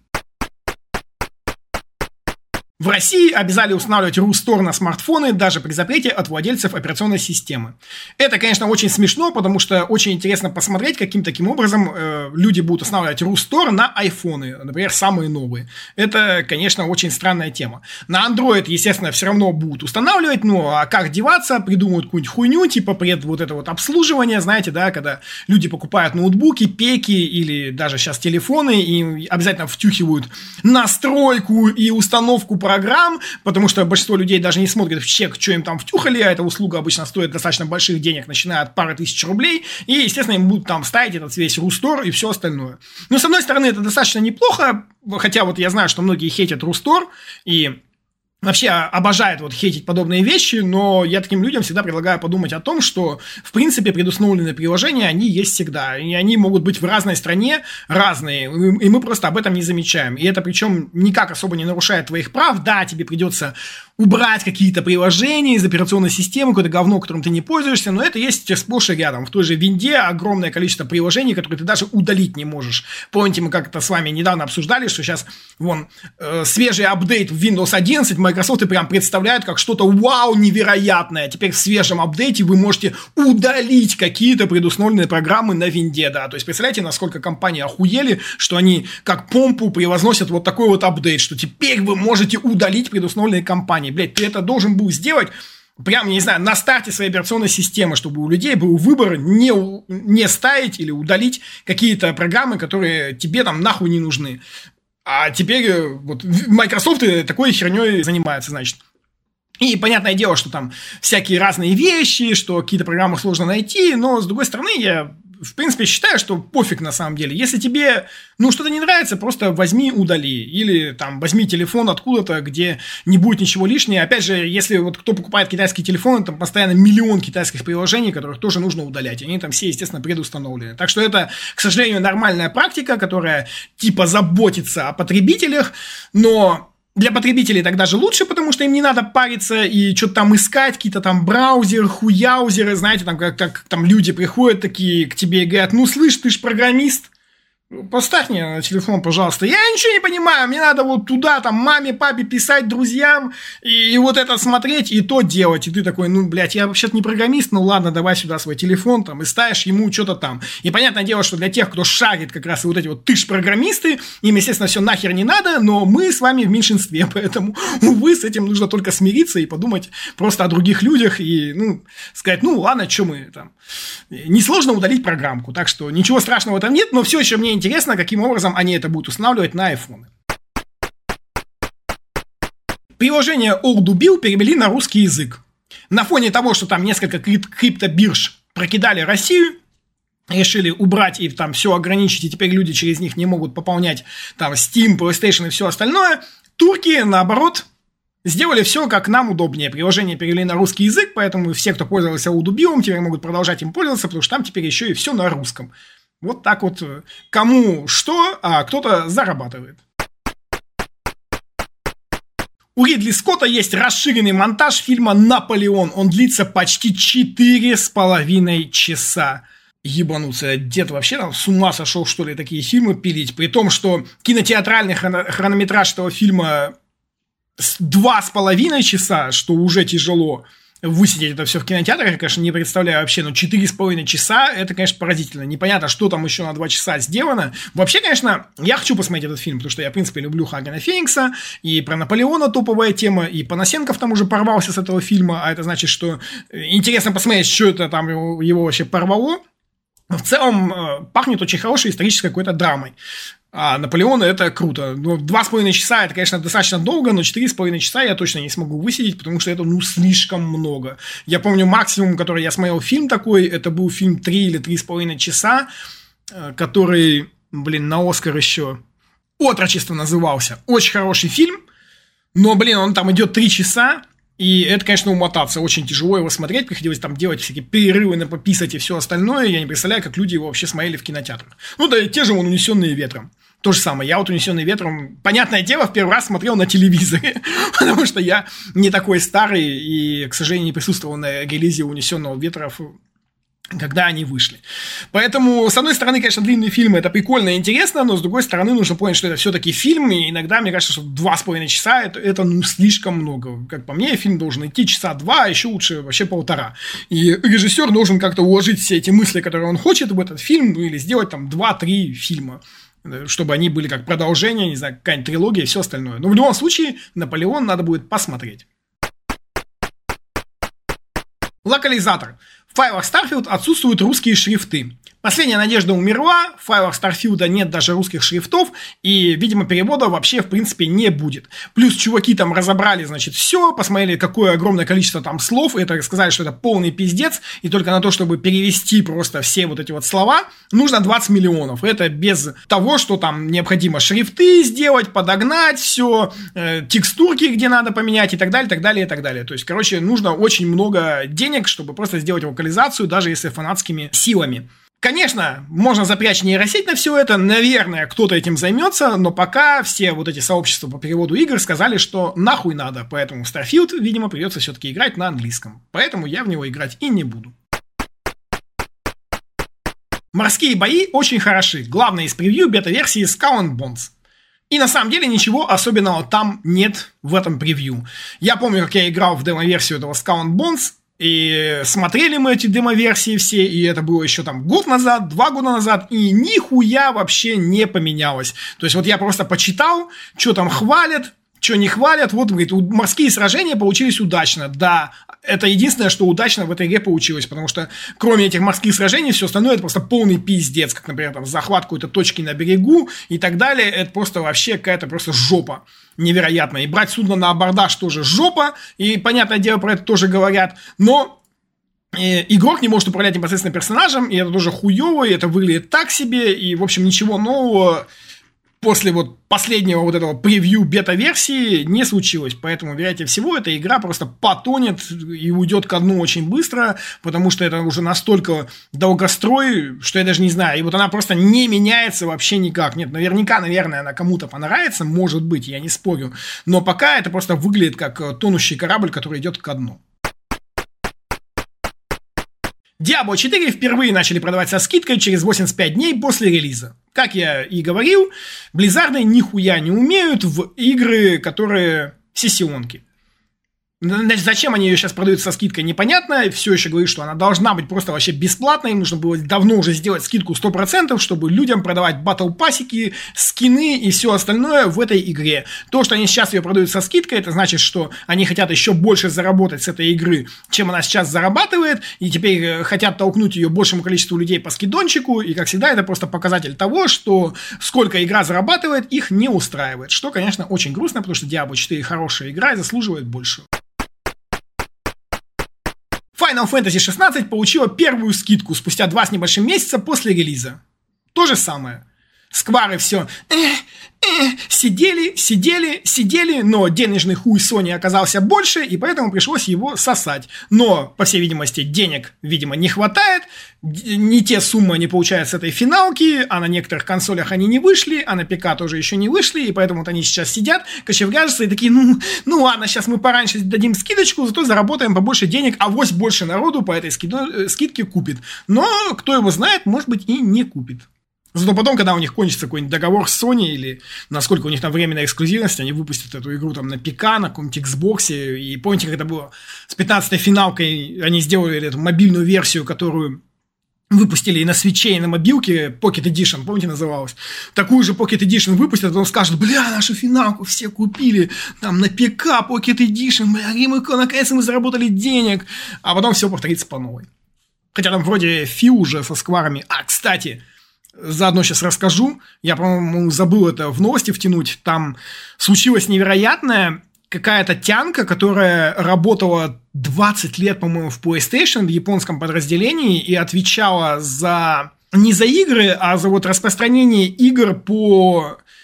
В России обязали устанавливать Рустор на смартфоны даже при запрете от владельцев операционной системы. Это, конечно, очень смешно, потому что очень интересно посмотреть, каким таким образом э, люди будут устанавливать Рустор на айфоны, например, самые новые. Это, конечно, очень странная тема. На Android, естественно, все равно будут устанавливать, ну, а как деваться, придумают какую-нибудь хуйню, типа пред вот это вот обслуживание, знаете, да, когда люди покупают ноутбуки, пеки или даже сейчас телефоны, и обязательно втюхивают настройку и установку программ, потому что большинство людей даже не смотрят в чек, что им там втюхали, а эта услуга обычно стоит достаточно больших денег, начиная от пары тысяч рублей, и, естественно, им будут там ставить этот весь Рустор и все остальное. Но, с одной стороны, это достаточно неплохо, хотя вот я знаю, что многие хейтят Рустор, и вообще обожает вот хейтить подобные вещи, но я таким людям всегда предлагаю подумать о том, что, в принципе, предустановленные приложения, они есть всегда, и они могут быть в разной стране разные, и мы просто об этом не замечаем. И это причем никак особо не нарушает твоих прав. Да, тебе придется убрать какие-то приложения из операционной системы, какое-то говно, которым ты не пользуешься, но это есть сплошь и рядом. В той же Винде огромное количество приложений, которые ты даже удалить не можешь. Помните, мы как-то с вами недавно обсуждали, что сейчас, вон, э, свежий апдейт в Windows одиннадцать, Microsoft и прям представляют как что-то вау, невероятное. Теперь в свежем апдейте вы можете удалить какие-то предустановленные программы на Винде, да. То есть, представляете, насколько компании охуели, что они как помпу превозносят вот такой вот апдейт, что теперь вы можете удалить предустановленные компании. Блять, ты это должен был сделать прям, не знаю, на старте своей операционной системы, чтобы у людей был выбор не, не ставить или удалить какие-то программы, которые тебе там нахуй не нужны. А теперь вот Microsoft такой херней занимается, значит. И понятное дело, что там всякие разные вещи, что какие-то программы сложно найти, но, с другой стороны, я, в принципе, считаю, что пофиг на самом деле. Если тебе, ну, что-то не нравится, просто возьми, удали. Или, там, возьми телефон откуда-то, где не будет ничего лишнего. Опять же, если вот кто покупает китайские телефоны, там постоянно миллион китайских приложений, которых тоже нужно удалять. Они там все, естественно, предустановлены. Так что это, к сожалению, нормальная практика, которая, типа, заботится о потребителях, но... Для потребителей тогда же лучше, потому что им не надо париться и что-то там искать, какие-то там браузеры, хуяузеры, знаете, там как, как там люди приходят такие к тебе и говорят, ну, слышь, ты ж программист, поставь мне на телефон, пожалуйста. Я ничего не понимаю, мне надо вот туда, там, маме, папе писать, друзьям, и, и вот это смотреть, и то делать. И ты такой, ну, блядь, я вообще-то не программист, ну, ладно, давай сюда свой телефон, там, и ставишь ему что-то там. И понятное дело, что для тех, кто шарит как раз и вот эти вот ты ж программисты, им, естественно, все нахер не надо, но мы с вами в меньшинстве, поэтому, увы, с этим нужно только смириться и подумать просто о других людях, и, ну, сказать, ну, ладно, что мы там. Несложно удалить программку, так что ничего страшного там нет, но все еще мне интересно, каким образом они это будут устанавливать на айфоны. Приложение Ordubill перевели на русский язык. На фоне того, что там несколько крип- криптобирж прокидали Россию, решили убрать и там все ограничить, и теперь люди через них не могут пополнять там Steam, PlayStation и все остальное, турки, наоборот, сделали все, как нам удобнее. Приложение перевели на русский язык, поэтому все, кто пользовался Ordubill, теперь могут продолжать им пользоваться, потому что там теперь еще и все на русском. Вот так вот, кому что, а кто-то зарабатывает. У Ридли Скотта есть расширенный монтаж фильма «Наполеон». Он длится почти четыре с половиной часа. Ебануться, дед вообще там с ума сошел, что ли, такие фильмы пилить. При том, что кинотеатральный хронометраж этого фильма два с половиной часа, что уже тяжело. Высидеть это все в кинотеатре, я, конечно, не представляю вообще, но четыре с половиной часа, это, конечно, поразительно. Непонятно, что там еще на два часа сделано. Вообще, конечно, я хочу посмотреть этот фильм, потому что я, в принципе, люблю Хоакина Феникса, и про Наполеона топовая тема, и Панасенков там уже порвался с этого фильма, а это значит, что интересно посмотреть, что это там его, его вообще порвало. В целом, пахнет очень хорошей исторической какой-то драмой. А Наполеона это круто. Ну, два с половиной часа это, конечно, достаточно долго, но четыре с половиной часа я точно не смогу высидеть, потому что это, ну, слишком много. Я помню максимум, который я смотрел фильм такой, это был фильм три или три с половиной часа, который, блин, на Оскар еще «Отрочество» назывался. Очень хороший фильм, но, блин, он там идет три часа. И это, конечно, умотаться. Очень тяжело его смотреть. Приходилось там делать всякие перерывы на пописать и все остальное. Я не представляю, как люди его вообще смотрели в кинотеатрах. Ну, да, те же вон «Унесенные ветром». То же самое. Я вот «Унесенный ветром», понятное дело, в первый раз смотрел на телевизоре, потому что я не такой старый и, к сожалению, не присутствовал на релизе «Унесенного ветра», когда они вышли. Поэтому, с одной стороны, конечно, длинные фильмы — это прикольно и интересно, но с другой стороны, нужно понять, что это все-таки фильм, и иногда, мне кажется, что два с половиной часа это, это ну, слишком много. Как по мне, фильм должен идти часа два, а еще лучше вообще полтора. И режиссер должен как-то уложить все эти мысли, которые он хочет в этот фильм, или сделать там два-три фильма, чтобы они были как продолжение, не знаю, какая-нибудь трилогия и все остальное. Но в любом случае, «Наполеон» надо будет посмотреть. Локализатор. В файлах Starfield отсутствуют русские шрифты. Последняя надежда умерла, в файлах Starfield нет даже русских шрифтов, и, видимо, перевода вообще, в принципе, не будет. Плюс чуваки там разобрали, значит, все, посмотрели, какое огромное количество там слов, это сказали, что это полный пиздец, и только на то, чтобы перевести просто все вот эти вот слова, нужно двадцать миллионов. Это без того, что там необходимо шрифты сделать, подогнать все, э, текстурки, где надо поменять, и так далее, и так далее, и так далее. То есть, короче, нужно очень много денег, чтобы просто сделать локализацию, даже если фанатскими силами. Конечно, можно запрячь нейросеть на все это, наверное, кто-то этим займется, но пока все вот эти сообщества по переводу игр сказали, что нахуй надо, поэтому в Starfield, видимо, придется все-таки играть на английском, поэтому я в него играть и не буду. Морские бои очень хороши, главное из превью бета-версии Skull and Bones. И на самом деле ничего особенного там нет в этом превью. Я помню, как я играл в демо-версию этого Skull and Bones, и смотрели мы эти демо-версии все, и это было еще там год назад, два года назад, и нихуя вообще не поменялось. То есть вот я просто почитал, что там хвалят, что не хвалят. Вот, говорит, морские сражения получились удачно. Да, это единственное, что удачно в этой игре получилось, потому что кроме этих морских сражений, все остальное это просто полный пиздец, как, например, там, захват какой-то точки на берегу и так далее. Это просто вообще какая-то просто жопа невероятная. И брать судно на абордаж тоже жопа, и, понятное дело, про это тоже говорят, но э, игрок не может управлять непосредственно персонажем, и это тоже хуёво, и это выглядит так себе, и, в общем, ничего нового после вот последнего вот этого превью бета-версии не случилось. Поэтому, вероятнее всего, эта игра просто потонет и уйдет ко дну очень быстро, потому что это уже настолько долгострой, что я даже не знаю. И вот она просто не меняется вообще никак. Нет, наверняка, наверное, она кому-то понравится, может быть, я не спорю. Но пока это просто выглядит как тонущий корабль, который идет ко дну. Диабло четыре впервые начали продавать со скидкой через восемьдесят пять дней после релиза. Как я и говорил, Blizzard нихуя не умеют в игры, которые сессионки. Значит, зачем они ее сейчас продают со скидкой, непонятно. Все еще говорит, что она должна быть просто вообще бесплатной. Им нужно было давно уже сделать скидку сто процентов, чтобы людям продавать батл-пассики, скины и все остальное в этой игре. То, что они сейчас ее продают со скидкой, это значит, что они хотят еще больше заработать с этой игры, чем она сейчас зарабатывает. И теперь хотят толкнуть ее большему количеству людей по скидончику. И, как всегда, это просто показатель того, что сколько игра зарабатывает, их не устраивает. Что, конечно, очень грустно, потому что Diablo четыре хорошая игра и заслуживает больше. Final Fantasy шестнадцать получила первую скидку спустя два с небольшим месяца после релиза. То же самое. Сквары все э, э, сидели, сидели, сидели, но денежный хуй Sony оказался больше, и поэтому пришлось его сосать. Но, по всей видимости, денег, видимо, не хватает, не те суммы они получают с этой финалки, а на некоторых консолях они не вышли, а на ПК тоже еще не вышли, и поэтому вот они сейчас сидят, кочевряжутся и такие, ну, ну ладно, сейчас мы пораньше дадим скидочку, зато заработаем побольше денег, а авось больше народу по этой скидо- скидке купит. Но, кто его знает, может быть и не купит. Зато потом, когда у них кончится какой-нибудь договор с Sony, или насколько у них там временная эксклюзивность, они выпустят эту игру там на ПК, на каком-нибудь Xbox. И помните, как это было с пятнадцатой финалкой, они сделали эту мобильную версию, которую выпустили и на свитче, и на мобилке, Pocket Edition, помните, называлась? Такую же Pocket Edition выпустят, а потом скажут, бля, нашу финалку все купили, там, на ПК Pocket Edition, бля, и мы, наконец-то мы заработали денег. А потом все повторится по новой. Хотя там вроде фи уже со скварами. А, кстати... Заодно сейчас расскажу. Я, по-моему, забыл это в новости втянуть. Там случилось невероятное. Какая-то тянка, которая работала двадцать лет, по-моему, в PlayStation, в японском подразделении, и отвечала за... не за игры, а за вот распространение игр по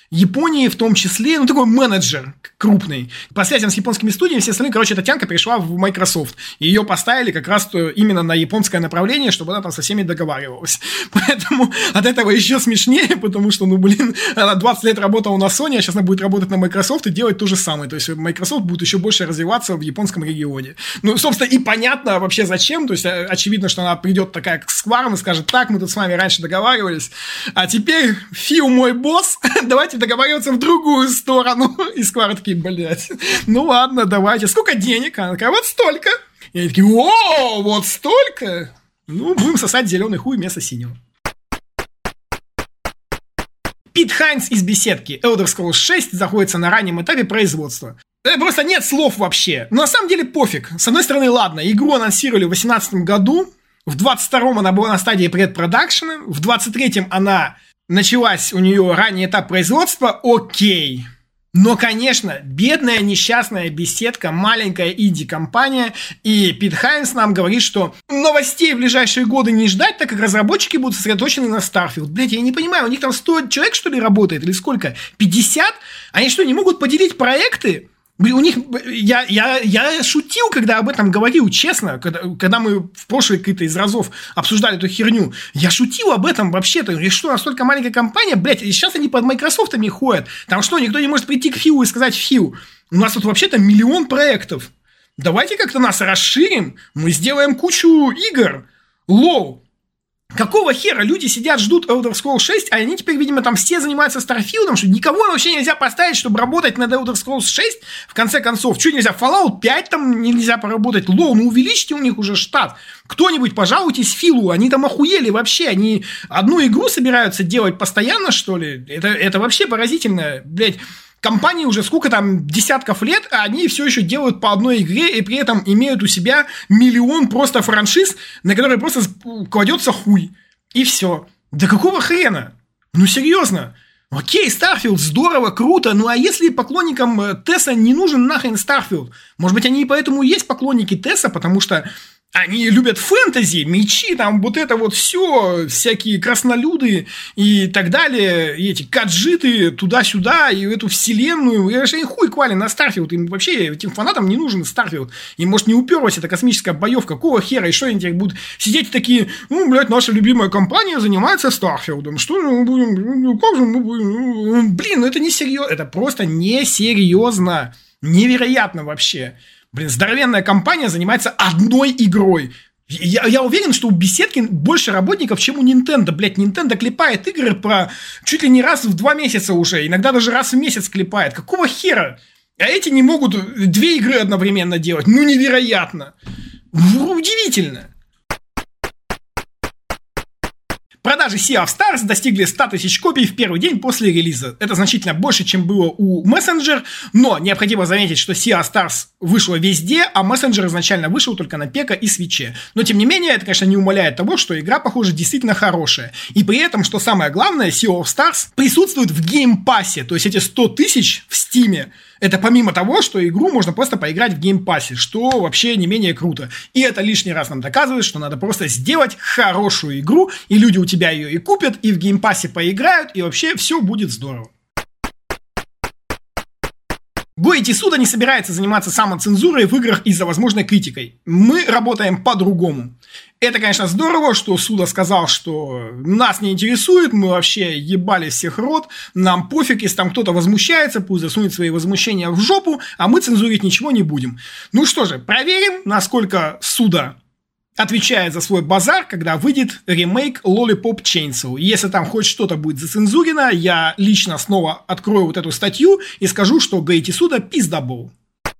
Японии в том числе, ну, такой менеджер крупный. По связям с японскими студиями, все остальные, короче, Татьянка пришла в Microsoft. И ее поставили как раз именно на японское направление, чтобы она там со всеми договаривалась. Поэтому от этого еще смешнее, потому что, ну, блин, она двадцать лет работала на Sony, а сейчас она будет работать на Microsoft и делать то же самое. То есть Microsoft будет еще больше развиваться в японском регионе. Ну, собственно, и понятно вообще зачем. То есть очевидно, что она придет такая к Square и скажет: так, мы тут с вами раньше договаривались, а теперь Фил мой босс, давайте договариваться в другую сторону. И Square такие: блядь, ну ладно, давайте. Сколько денег? Она такая: вот столько. И они такие: о, вот столько. Ну, будем сосать зеленый хуй вместо синего. Пит Хайнс из беседки. Elder Scrolls шесть находится на раннем этапе производства. Просто нет слов вообще. Но на самом деле пофиг. С одной стороны, ладно, игру анонсировали в две тысячи восемнадцатом году. В двадцать втором она была на стадии предпродакшена. В двадцать третьем она началась, у нее ранний этап производства. Окей. Но, конечно, бедная несчастная беседка, маленькая инди-компания, и Пит Хайнс нам говорит, что новостей в ближайшие годы не ждать, так как разработчики будут сосредоточены на Starfield. Блять, я не понимаю, у них там сто человек, что ли, работает, или сколько? пятьдесят? Они что, не могут поделить проекты? У них, я, я, я шутил, когда об этом говорил, честно, когда, когда мы в прошлой какой-то из разов обсуждали эту херню, я шутил об этом вообще-то, и что, настолько маленькая компания, блядь, и сейчас они под Майкрософтами ходят, там что, никто не может прийти к Филу и сказать: Фил, у нас тут вообще-то миллион проектов, давайте как-то нас расширим, мы сделаем кучу игр, лоу. Какого хера люди сидят, ждут Elder Scrolls шесть, а они теперь, видимо, там все занимаются Starfield'ом, что никого вообще нельзя поставить, чтобы работать над Elder Scrolls шесть, в конце концов. Что нельзя? Fallout пять там нельзя поработать? Лоу, ну увеличьте у них уже штат. Кто-нибудь пожалуйтесь Филу, они там охуели вообще, они одну игру собираются делать постоянно, что ли? Это, это вообще поразительно, блядь. Компании уже сколько там десятков лет, а они все еще делают по одной игре и при этом имеют у себя миллион просто франшиз, на которые просто кладется хуй. И все. Да какого хрена? Ну серьезно. Окей, Starfield, здорово, круто, ну а если поклонникам Тесса не нужен нахрен Starfield? Может быть, они и поэтому и есть поклонники Тесса, потому что они любят фэнтези, мечи, там вот это вот все, всякие краснолюды и так далее, и эти каджиты туда-сюда, и эту вселенную. И они хуй квали на Старфилд, им вообще, этим фанатам не нужен Старфилд. Им, может, не уперлась эта космическая боевка, какого хера, и что они теперь будут сидеть такие: ну, блядь, наша любимая компания занимается Старфилдом, что мы будем, ну, как же мы будем, блин, ну это не серьезно, это просто несерьезно, невероятно вообще. Блин, здоровенная компания занимается одной игрой. Я, я уверен, что у беседки больше работников, чем у Nintendo. Блядь, Nintendo клепает игры про чуть ли не раз в два месяца уже. Иногда даже раз в месяц клепает. Какого хера? А эти не могут две игры одновременно делать. Ну, невероятно. Удивительно. Продажи Sea of Stars достигли ста тысяч копий в первый день после релиза. Это значительно больше, чем было у Messenger, но необходимо заметить, что Sea of Stars вышла везде, а Messenger изначально вышел только на пека и свитче. Но, тем не менее, это, конечно, не умаляет того, что игра, похоже, действительно хорошая. И при этом, что самое главное, Sea of Stars присутствует в геймпассе, то есть эти сто тысяч в Стиме. Это помимо того, что игру можно просто поиграть в геймпассе, что вообще не менее круто. И это лишний раз нам доказывает, что надо просто сделать хорошую игру, и люди у тебя ее и купят, и в геймпассе поиграют, и вообще все будет здорово. Гоити Суда не собирается заниматься самоцензурой в играх из-за возможной критикой. Мы работаем по-другому. Это, конечно, здорово, что Суда сказал, что нас не интересует, мы вообще ебали всех рот, нам пофиг, если там кто-то возмущается, пусть засунет свои возмущения в жопу, а мы цензурить ничего не будем. Ну что же, проверим, насколько Суда отвечает за свой базар, когда выйдет ремейк Lollipop Chainsaw. Если там хоть что-то будет зацензурено, я лично снова открою вот эту статью и скажу, что Гоити Суда пиздабол.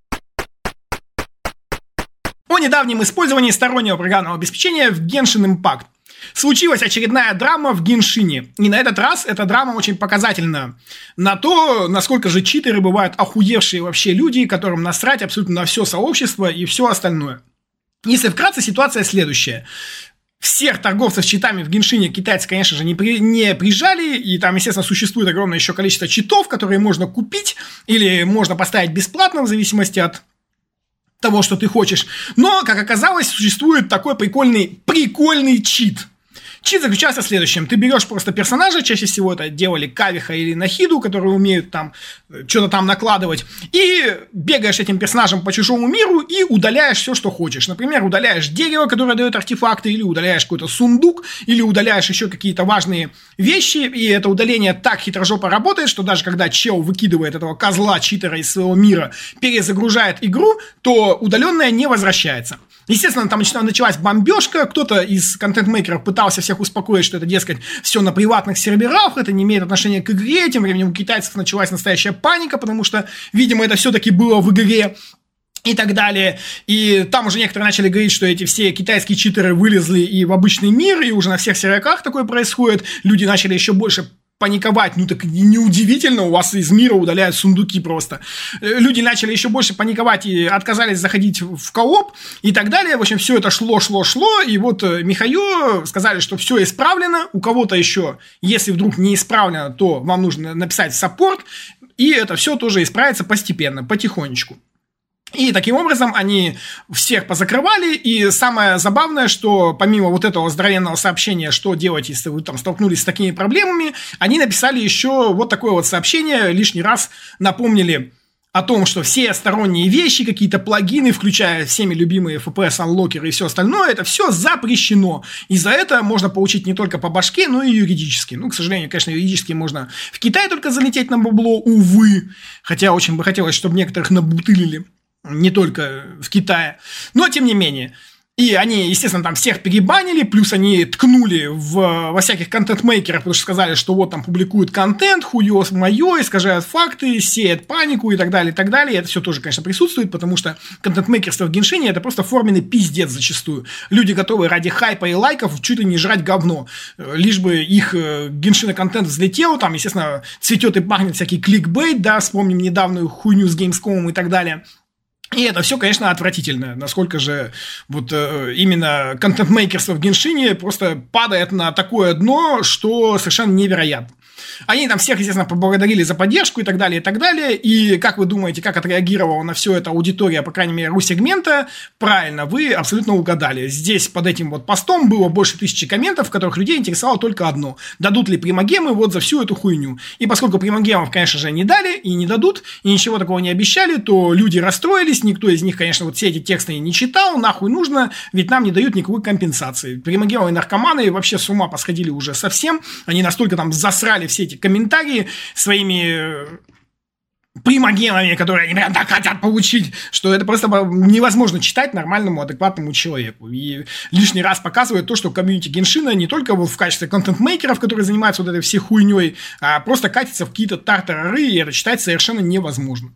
О недавнем использовании стороннего программного обеспечения в Genshin Impact. Случилась очередная драма в Геншине. И на этот раз эта драма очень показательна на то, насколько же читеры бывают охуевшие вообще люди, которым насрать абсолютно на все сообщество и все остальное. Если вкратце, ситуация следующая. Всех торговцев читами в Геншине китайцы, конечно же, не, при, не прижали, и там, естественно, существует огромное еще количество читов, которые можно купить или можно поставить бесплатно, в зависимости от того, что ты хочешь. Но, как оказалось, существует такой прикольный, прикольный чит. Чит заключался в следующем. Ты берешь просто персонажа, чаще всего это делали Кавиха или Нахиду, которые умеют там что-то там накладывать, и бегаешь этим персонажем по чужому миру и удаляешь все, что хочешь. Например, удаляешь дерево, которое дает артефакты, или удаляешь какой-то сундук, или удаляешь еще какие-то важные вещи, и это удаление так хитрожопо работает, что даже когда чел выкидывает этого козла, читера из своего мира, перезагружает игру, то удаленное не возвращается. Естественно, там началась бомбежка, кто-то из контент-мейкеров пытался всех успокоить, что это, дескать, все на приватных серверах, это не имеет отношения к игре, тем временем у китайцев началась настоящая паника, потому что, видимо, это все-таки было в игре. И так далее. И там уже некоторые начали говорить, что эти все китайские читеры вылезли и в обычный мир, и уже на всех серверах такое происходит. Люди начали еще больше паниковать, ну так неудивительно, у вас из мира удаляют сундуки просто. Люди начали еще больше паниковать и отказались заходить в кооп и так далее. В общем, все это шло, шло, шло, и вот Михаил сказали, что все исправлено, у кого-то еще, если вдруг не исправлено, то вам нужно написать в саппорт, и это все тоже исправится постепенно, потихонечку. И таким образом они всех позакрывали, и самое забавное, что помимо вот этого здоровенного сообщения, что делать, если вы там столкнулись с такими проблемами, они написали еще вот такое вот сообщение, лишний раз напомнили о том, что все сторонние вещи, какие-то плагины, включая всеми любимые эф пи эс-анлокеры и все остальное, это все запрещено. И за это можно получить не только по башке, но и юридически. Ну, к сожалению, конечно, юридически можно в Китае только залететь на бабло, увы. Хотя очень бы хотелось, чтобы некоторых набутылили. Не только в Китае, но тем не менее. И они, естественно, там всех перебанили, плюс они ткнули в, во всяких контент-мейкерах, потому что сказали, что вот там публикуют контент, хуё моё, искажают факты, сеют панику и так далее, и так далее. И это все тоже, конечно, присутствует, потому что контент-мейкерство в Геншине – это просто форменный пиздец зачастую. Люди готовы ради хайпа и лайков чуть ли не жрать говно, лишь бы их Геншина-контент взлетел, там, естественно, цветет и пахнет всякий кликбейт, да, вспомним недавнюю хуйню с Gamescom и так далее. И это все, конечно, отвратительно, насколько же вот э, именно контент-мейкерство в Геншине просто падает на такое дно, что совершенно невероятно. Они там всех, естественно, поблагодарили за поддержку и так далее, и так далее. И как вы думаете, как отреагировала на все это аудитория, по крайней мере, ру-сегмента? Правильно, вы абсолютно угадали. Здесь под этим вот постом было больше тысячи комментов, в которых людей интересовало только одно. Дадут ли примагемы вот за всю эту хуйню? И поскольку примагемов, конечно же, не дали и не дадут, и ничего такого не обещали, то люди расстроились. Никто из них, конечно, вот все эти тексты не читал. Нахуй нужно, ведь нам не дают никакой компенсации. Примагемы и наркоманы вообще с ума посходили уже совсем. Они настолько там засрали все эти комментарии своими примагемами, которые они прям так хотят получить, что это просто невозможно читать нормальному, адекватному человеку. И лишний раз показывает то, что комьюнити Геншина не только вот в качестве контент-мейкеров, которые занимаются вот этой всей хуйней, а просто катится в какие-то тартарары, и это читать совершенно невозможно.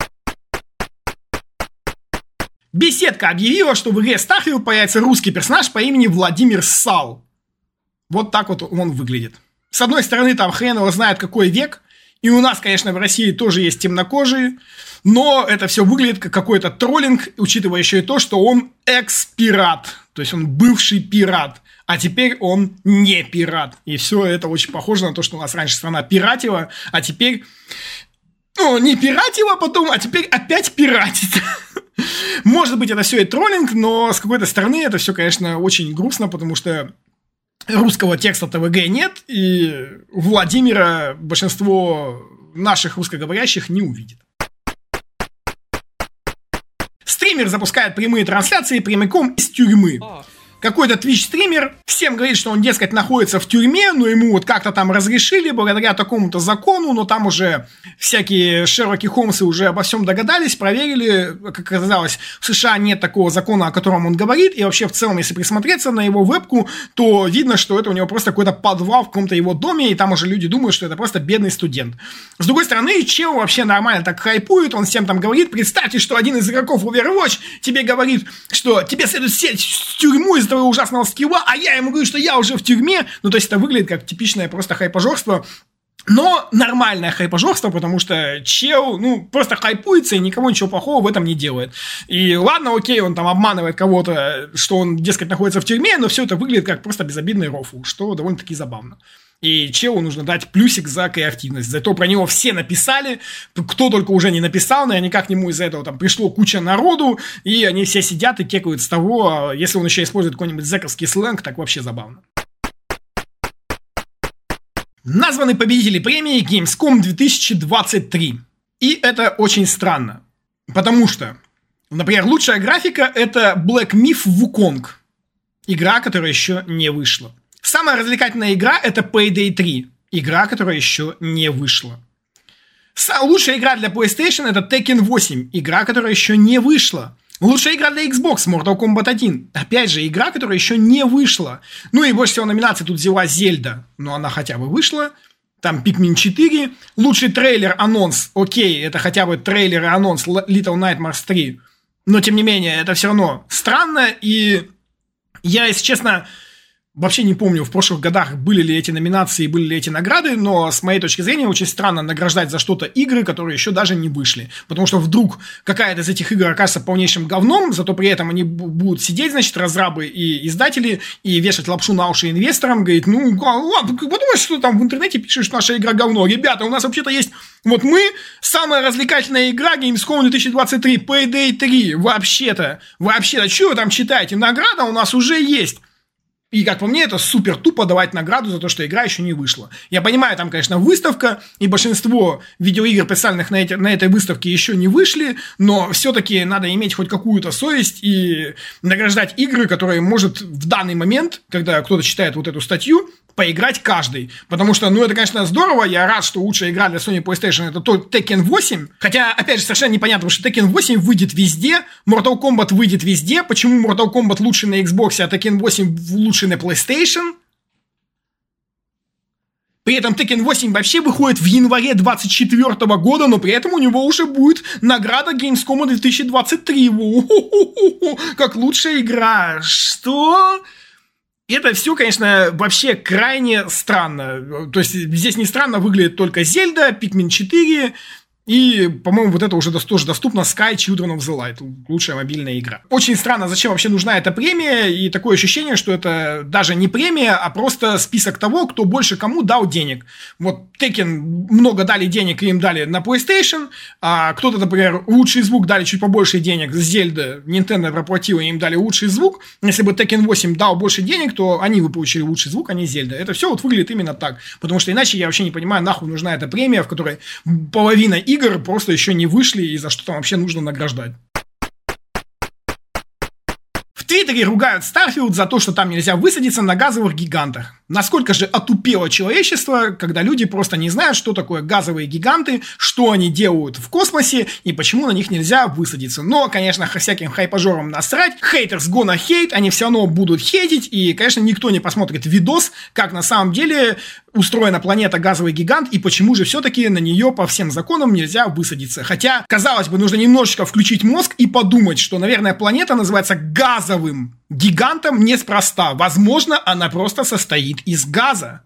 Беседка объявила, что в игре Starfield появится русский персонаж по имени Владимир Сал. Вот так вот он выглядит. С одной стороны, там хрен его знает какой век, и у нас, конечно, в России тоже есть темнокожие, но это все выглядит как какой-то троллинг, учитывая еще и то, что он экс-пират, то есть он бывший пират, а теперь он не пират. И все это очень похоже на то, что у нас раньше страна пиратила, а теперь, ну, не пиратила потом, а теперь опять пиратит. Может быть, это все и троллинг, но с какой-то стороны это все, конечно, очень грустно, потому что русского текста ТВГ нет, и Владимира большинство наших русскоговорящих не увидит. Стример запускает прямые трансляции прямиком из тюрьмы. Какой-то Twitch-стример всем говорит, что он, дескать, находится в тюрьме, но ему вот как-то там разрешили благодаря такому-то закону, но там уже всякие Шерлоки Холмсы уже обо всем догадались, проверили, как оказалось, в США нет такого закона, о котором он говорит, и вообще в целом, если присмотреться на его вебку, то видно, что это у него просто какой-то подвал в каком-то его доме, и там уже люди думают, что это просто бедный студент. С другой стороны, чел вообще нормально так хайпует, он всем там говорит, представьте, что один из игроков Overwatch тебе говорит, что тебе следует сесть в тюрьму из твоего ужасного скилла, а я ему говорю, что я уже в тюрьме. Ну, то есть это выглядит как типичное просто хайпожорство, но нормальное хайпожорство, потому что чел, ну, просто хайпуется и никому ничего плохого в этом не делает. И ладно, окей, он там обманывает кого-то, что он, дескать, находится в тюрьме, но все это выглядит как просто безобидный рофл, что довольно-таки забавно. И челу нужно дать плюсик за креативность. Зато про него все написали, кто только уже не написал, наверняка к нему из-за этого там пришло куча народу, и они все сидят и кекают с того, если он еще использует какой-нибудь зэковский сленг, так вообще забавно. Названы победители премии Gamescom две тысячи двадцать три. И это очень странно. Потому что, например, лучшая графика – это Black Myth Wukong. Игра, которая еще не вышла. Самая развлекательная игра – это Payday три. Игра, которая еще не вышла. Лучшая игра для PlayStation – это Tekken восемь. Игра, которая еще не вышла. Лучшая игра для Xbox – Mortal Kombat один. Опять же, игра, которая еще не вышла. Ну и больше всего номинаций тут взяла Зельда. Но она хотя бы вышла. Там Pikmin четыре. Лучший трейлер-анонс. Окей, это хотя бы трейлер и анонс Little Nightmares три. Но, тем не менее, это все равно странно. И я, если честно, вообще не помню, в прошлых годах были ли эти номинации, были ли эти награды, но с моей точки зрения очень странно награждать за что-то игры, которые еще даже не вышли. Потому что вдруг какая-то из этих игр окажется полнейшим говном, зато при этом они будут сидеть, значит, разрабы и издатели, и вешать лапшу на уши инвесторам, говорить, ну, ладно, подумай, что там в интернете пишешь, что наша игра говно. Ребята, у нас вообще-то есть, вот мы, самая развлекательная игра Gamescom две тысячи двадцать три, Payday три, вообще-то, вообще-то, что вы там читаете? Награда у нас уже есть. И, как по мне, это супер тупо давать награду за то, что игра еще не вышла. Я понимаю, там, конечно, выставка, и большинство видеоигр, представленных на, эти, на этой выставке, еще не вышли, но все-таки надо иметь хоть какую-то совесть и награждать игры, которые может в данный момент, когда кто-то читает вот эту статью, поиграть каждый. Потому что, ну, это, конечно, здорово. Я рад, что лучшая игра для Sony PlayStation это Tekken восемь. Хотя, опять же, совершенно непонятно, потому что Tekken восемь выйдет везде, Mortal Kombat выйдет везде. Почему Mortal Kombat лучше на Xbox, а Tekken восемь лучше на PlayStation? При этом Tekken восемь вообще выходит в январе двадцать четвёртого года, но при этом у него уже будет награда Gamescom две тысячи двадцать три. О-хо-хо-хо, как лучшая игра. Что? Это все, конечно, вообще крайне странно. То есть здесь не странно выглядит только Зельда, Pikmin четыре и, по-моему, вот это уже тоже доступно Sky Children of the Light. Лучшая мобильная игра. Очень странно, зачем вообще нужна эта премия, и такое ощущение, что это даже не премия, а просто список того, кто больше кому дал денег. Вот Tekken много дали денег, и им дали на PlayStation, а кто-то, например, лучший звук дали чуть побольше денег, Зельда, Nintendo проплатила, им дали лучший звук. Если бы Tekken восемь дал больше денег, то они бы получили лучший звук, а не Зельда. Это все вот выглядит именно так. Потому что иначе я вообще не понимаю, нахуй нужна эта премия, в которой половина игр просто еще не вышли, и за что там вообще нужно награждать. В Твиттере ругают Starfield за то, что там нельзя высадиться на газовых гигантах. Насколько же отупело человечество, когда люди просто не знают, что такое газовые гиганты, что они делают в космосе и почему на них нельзя высадиться. Но, конечно, всяким хайпажорам насрать. Haters gonna hate, они все равно будут хейтить. И, конечно, никто не посмотрит видос, как на самом деле устроена планета газовый гигант и почему же все-таки на нее по всем законам нельзя высадиться. Хотя, казалось бы, нужно немножечко включить мозг и подумать, что, наверное, планета называется газовым гигантом неспроста. Возможно, она просто состоит из газа.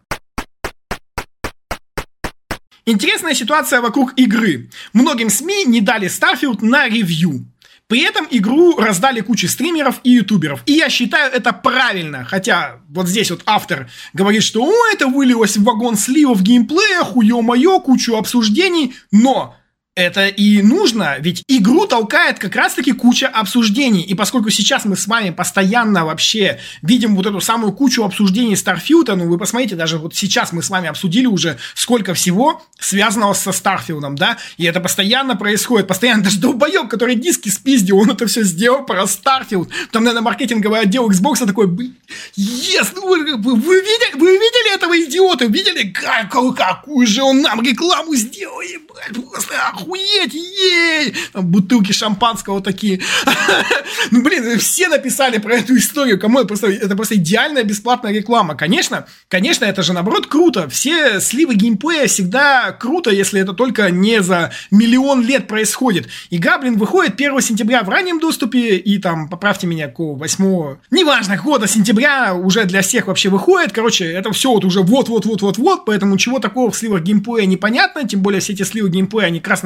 Интересная ситуация вокруг игры. Многим СМИ не дали Starfield на ревью. При этом игру раздали куче стримеров и ютуберов. И я считаю это правильно. Хотя вот здесь вот автор говорит, что о, это вылилось в вагон сливов геймплея, хуё-моё, кучу обсуждений. Но это и нужно, ведь игру толкает как раз-таки куча обсуждений. И поскольку сейчас мы с вами постоянно вообще видим вот эту самую кучу обсуждений Starfield, ну вы посмотрите, даже вот сейчас мы с вами обсудили уже сколько всего связанного со Starfield, да, и это постоянно происходит, постоянно даже долбоёб, который диски спиздил, он это все сделал про Starfield. Там, наверное, маркетинговый отдел Xbox такой, yes, ну, вы, вы, видели, вы видели этого идиота, видели, какую, какую же он нам рекламу сделал, ебать, просто охуеть, ей! Там бутылки шампанского такие. Ну, блин, все написали про эту историю. Кому это просто, это просто идеальная бесплатная реклама. Конечно, конечно, это же наоборот круто. Все сливы геймплея всегда круто, если это только не за миллион лет происходит. Игра, блин, выходит первого сентября в раннем доступе, и там, поправьте меня, какого восьмого, неважно, года сентября уже для всех вообще выходит. Короче, это все вот уже вот-вот-вот-вот-вот, поэтому чего такого в сливах геймплея непонятно, тем более все эти сливы геймплея, они красно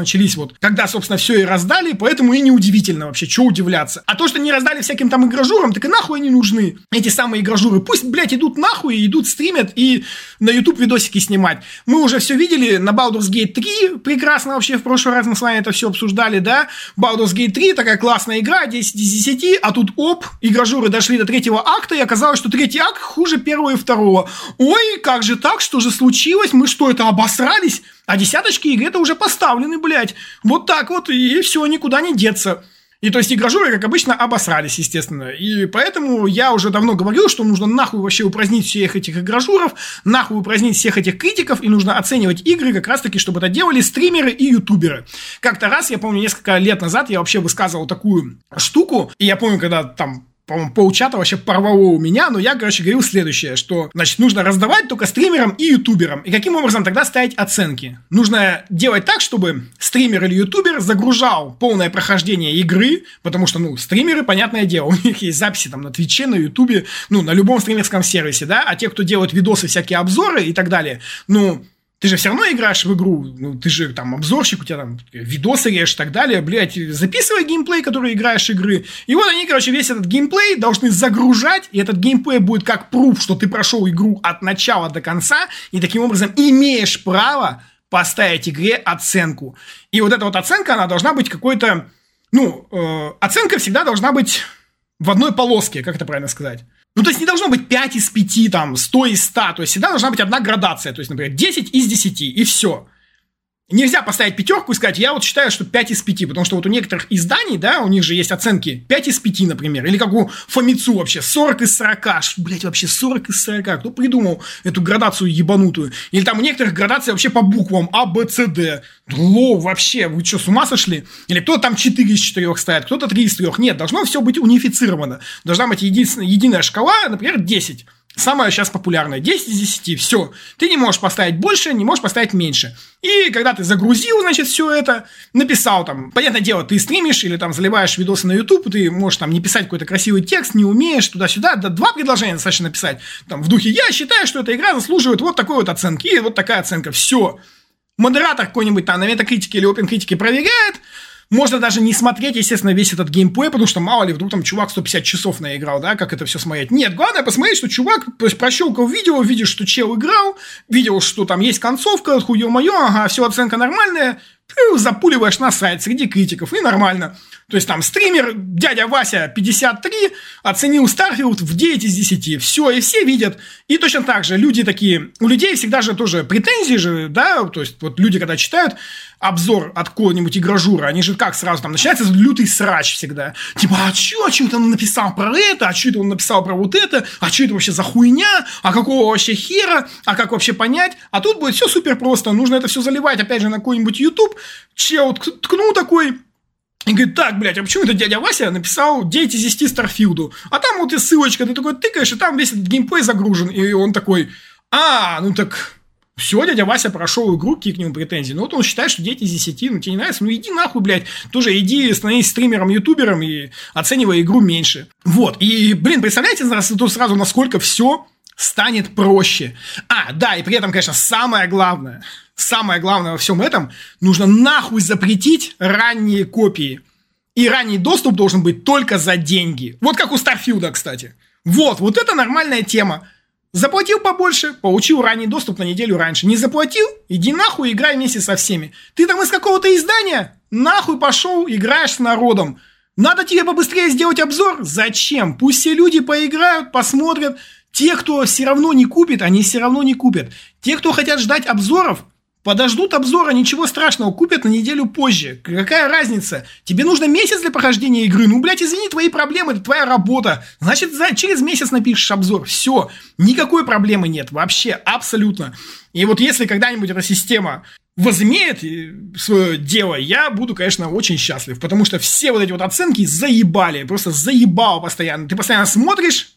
начались вот, когда, собственно, все и раздали, поэтому и неудивительно вообще, что удивляться. А то, что не раздали всяким там игражурам, так и нахуй они нужны. Эти самые игражуры, пусть, блядь, идут нахуй, идут стримят и на YouTube видосики снимать. Мы уже все видели на Baldur's Gate три, прекрасно вообще, в прошлый раз мы с вами это все обсуждали, да, Baldur's Gate три, такая классная игра, десять из десяти, а тут, оп, игражуры дошли до третьего акта, и оказалось, что третий акт хуже первого и второго. Ой, как же так, что же случилось, мы что, это обосрались? А десяточки игры-то уже поставлены, блядь. Вот так вот, и все, никуда не деться. И то есть игражуры, как обычно, обосрались, естественно. И поэтому я уже давно говорил, что нужно нахуй вообще упразднить всех этих игражуров, нахуй упразднить всех этих критиков, и нужно оценивать игры как раз-таки, чтобы это делали стримеры и ютуберы. Как-то раз, я помню, несколько лет назад я вообще высказывал такую штуку, и я помню, когда там... по-моему, полчата вообще порвало у меня, но я, короче, говорил следующее, что, значит, нужно раздавать только стримерам и ютуберам. И каким образом тогда ставить оценки? Нужно делать так, чтобы стример или ютубер загружал полное прохождение игры, потому что, ну, стримеры, понятное дело, у них есть записи там на Твиче, на Ютубе, ну, на любом стримерском сервисе, да, а те, кто делают видосы, всякие обзоры и так далее, ну... Ты же все равно играешь в игру, ну, ты же там обзорщик, у тебя там видосы режешь и так далее, блядь, записывай геймплей, который играешь игры. И вот они, короче, весь этот геймплей должны загружать, и этот геймплей будет как пруф, что ты прошел игру от начала до конца, и таким образом имеешь право поставить игре оценку. И вот эта вот оценка, она должна быть какой-то, ну, э, оценка всегда должна быть в одной полоске, как это правильно сказать. Ну, то есть, не должно быть пять из пяти, там, сто из ста, то есть, всегда должна быть одна градация, то есть, например, десять из десяти, и все. Нельзя поставить пятерку и сказать, я вот считаю, что пять из пяти, потому что вот у некоторых изданий, да, у них же есть оценки пять из пяти, например, или как у Фомицу вообще, сорок из сорока, блять, вообще сорок из сорока, кто придумал эту градацию ебанутую? Или там у некоторых градация вообще по буквам А, Б, С, Д. Ло, вообще, вы что, с ума сошли? Или кто-то там четыре из четырех ставит, кто-то три из трех. Нет, должно все быть унифицировано. Должна быть единственная, единая шкала, например, десять. Самая сейчас популярная. десять из десяти. Все. Ты не можешь поставить больше, не можешь поставить меньше. И когда ты загрузил, значит, все это, написал там, понятное дело, ты стримишь или там заливаешь видосы на YouTube, ты можешь там не писать какой-то красивый текст, не умеешь, туда-сюда, да, два предложения достаточно написать. Там в духе, я считаю, что эта игра заслуживает вот такой вот оценки. И вот такая оценка. Все. Модератор какой-нибудь там на Metacritic или OpenCritic проверяет. Можно даже не смотреть, естественно, весь этот геймплей, потому что, мало ли, вдруг там чувак сто пятьдесят часов наиграл, да, как это все смотреть. Нет, главное посмотреть, что чувак, то есть, прощелкал видео, видишь, что чел играл, видел, что там есть концовка, хуё-моё, ага, все, оценка нормальная, ты запуливаешь на сайт среди критиков, и нормально. То есть, там, стример, дядя Вася, пятьдесят три, оценил Starfield в девять из десяти. Все, и все видят. И точно так же, люди такие, у людей всегда же тоже претензии же, да, то есть, вот люди, когда читают обзор от какого-нибудь игражура, они же как сразу там, начинается лютый срач всегда. Типа, а чё, а чё это он написал про это, а чё это он написал про вот это, а чё это вообще за хуйня, а какого вообще хера, а как вообще понять? А тут будет все супер просто, нужно это все заливать, опять же, на какой-нибудь YouTube, чел ткнул такой, и говорит, так, блядь, а почему это дядя Вася написал девять из десяти Старфилду? А там вот и ссылочка, ты такой тыкаешь, и там весь этот геймплей загружен. И он такой, а, ну так, все, дядя Вася прошел игру, какие к нему претензии. Ну вот он считает, что девять из десяти, ну тебе не нравится, ну иди нахуй, блядь. Тоже иди, становись стримером, ютубером и оценивай игру меньше. Вот, и, блин, представляете тут сразу, насколько все станет проще. А, да, и при этом, конечно, самое главное... Самое главное во всем этом, нужно нахуй запретить ранние копии. И ранний доступ должен быть только за деньги. Вот как у Старфилда, кстати. Вот, вот это нормальная тема. Заплатил побольше, получил ранний доступ на неделю раньше. Не заплатил? Иди нахуй, играй вместе со всеми. Ты там из какого-то издания? Нахуй пошел, играешь с народом. Надо тебе побыстрее сделать обзор? Зачем? Пусть все люди поиграют, посмотрят. Те, кто все равно не купит, они все равно не купят. Те, кто хотят ждать обзоров, подождут обзора, ничего страшного, купят на неделю позже. Какая разница? Тебе нужно месяц для прохождения игры. Ну, блядь, извини, твои проблемы, это твоя работа. Значит, за, через месяц напишешь обзор. Все. Никакой проблемы нет. Вообще, абсолютно. И вот если когда-нибудь эта система возымеет свое дело, я буду, конечно, очень счастлив. Потому что все вот эти вот оценки заебали. Просто заебал постоянно. Ты постоянно смотришь,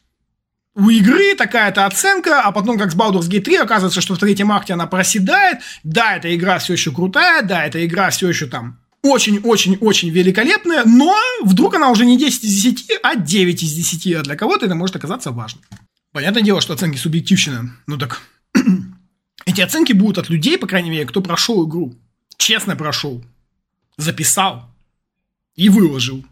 у игры такая-то оценка, а потом, как с Baldur's Gate три, оказывается, что в третьем акте она проседает. Да, эта игра все еще крутая, да, эта игра все еще там очень-очень-очень великолепная, но вдруг она уже не десять из десяти, а девять из десяти, а для кого-то это может оказаться важным. Понятное дело, что оценки субъективщина. Ну так, эти оценки будут от людей, по крайней мере, кто прошел игру. Честно прошел. записал и выложил.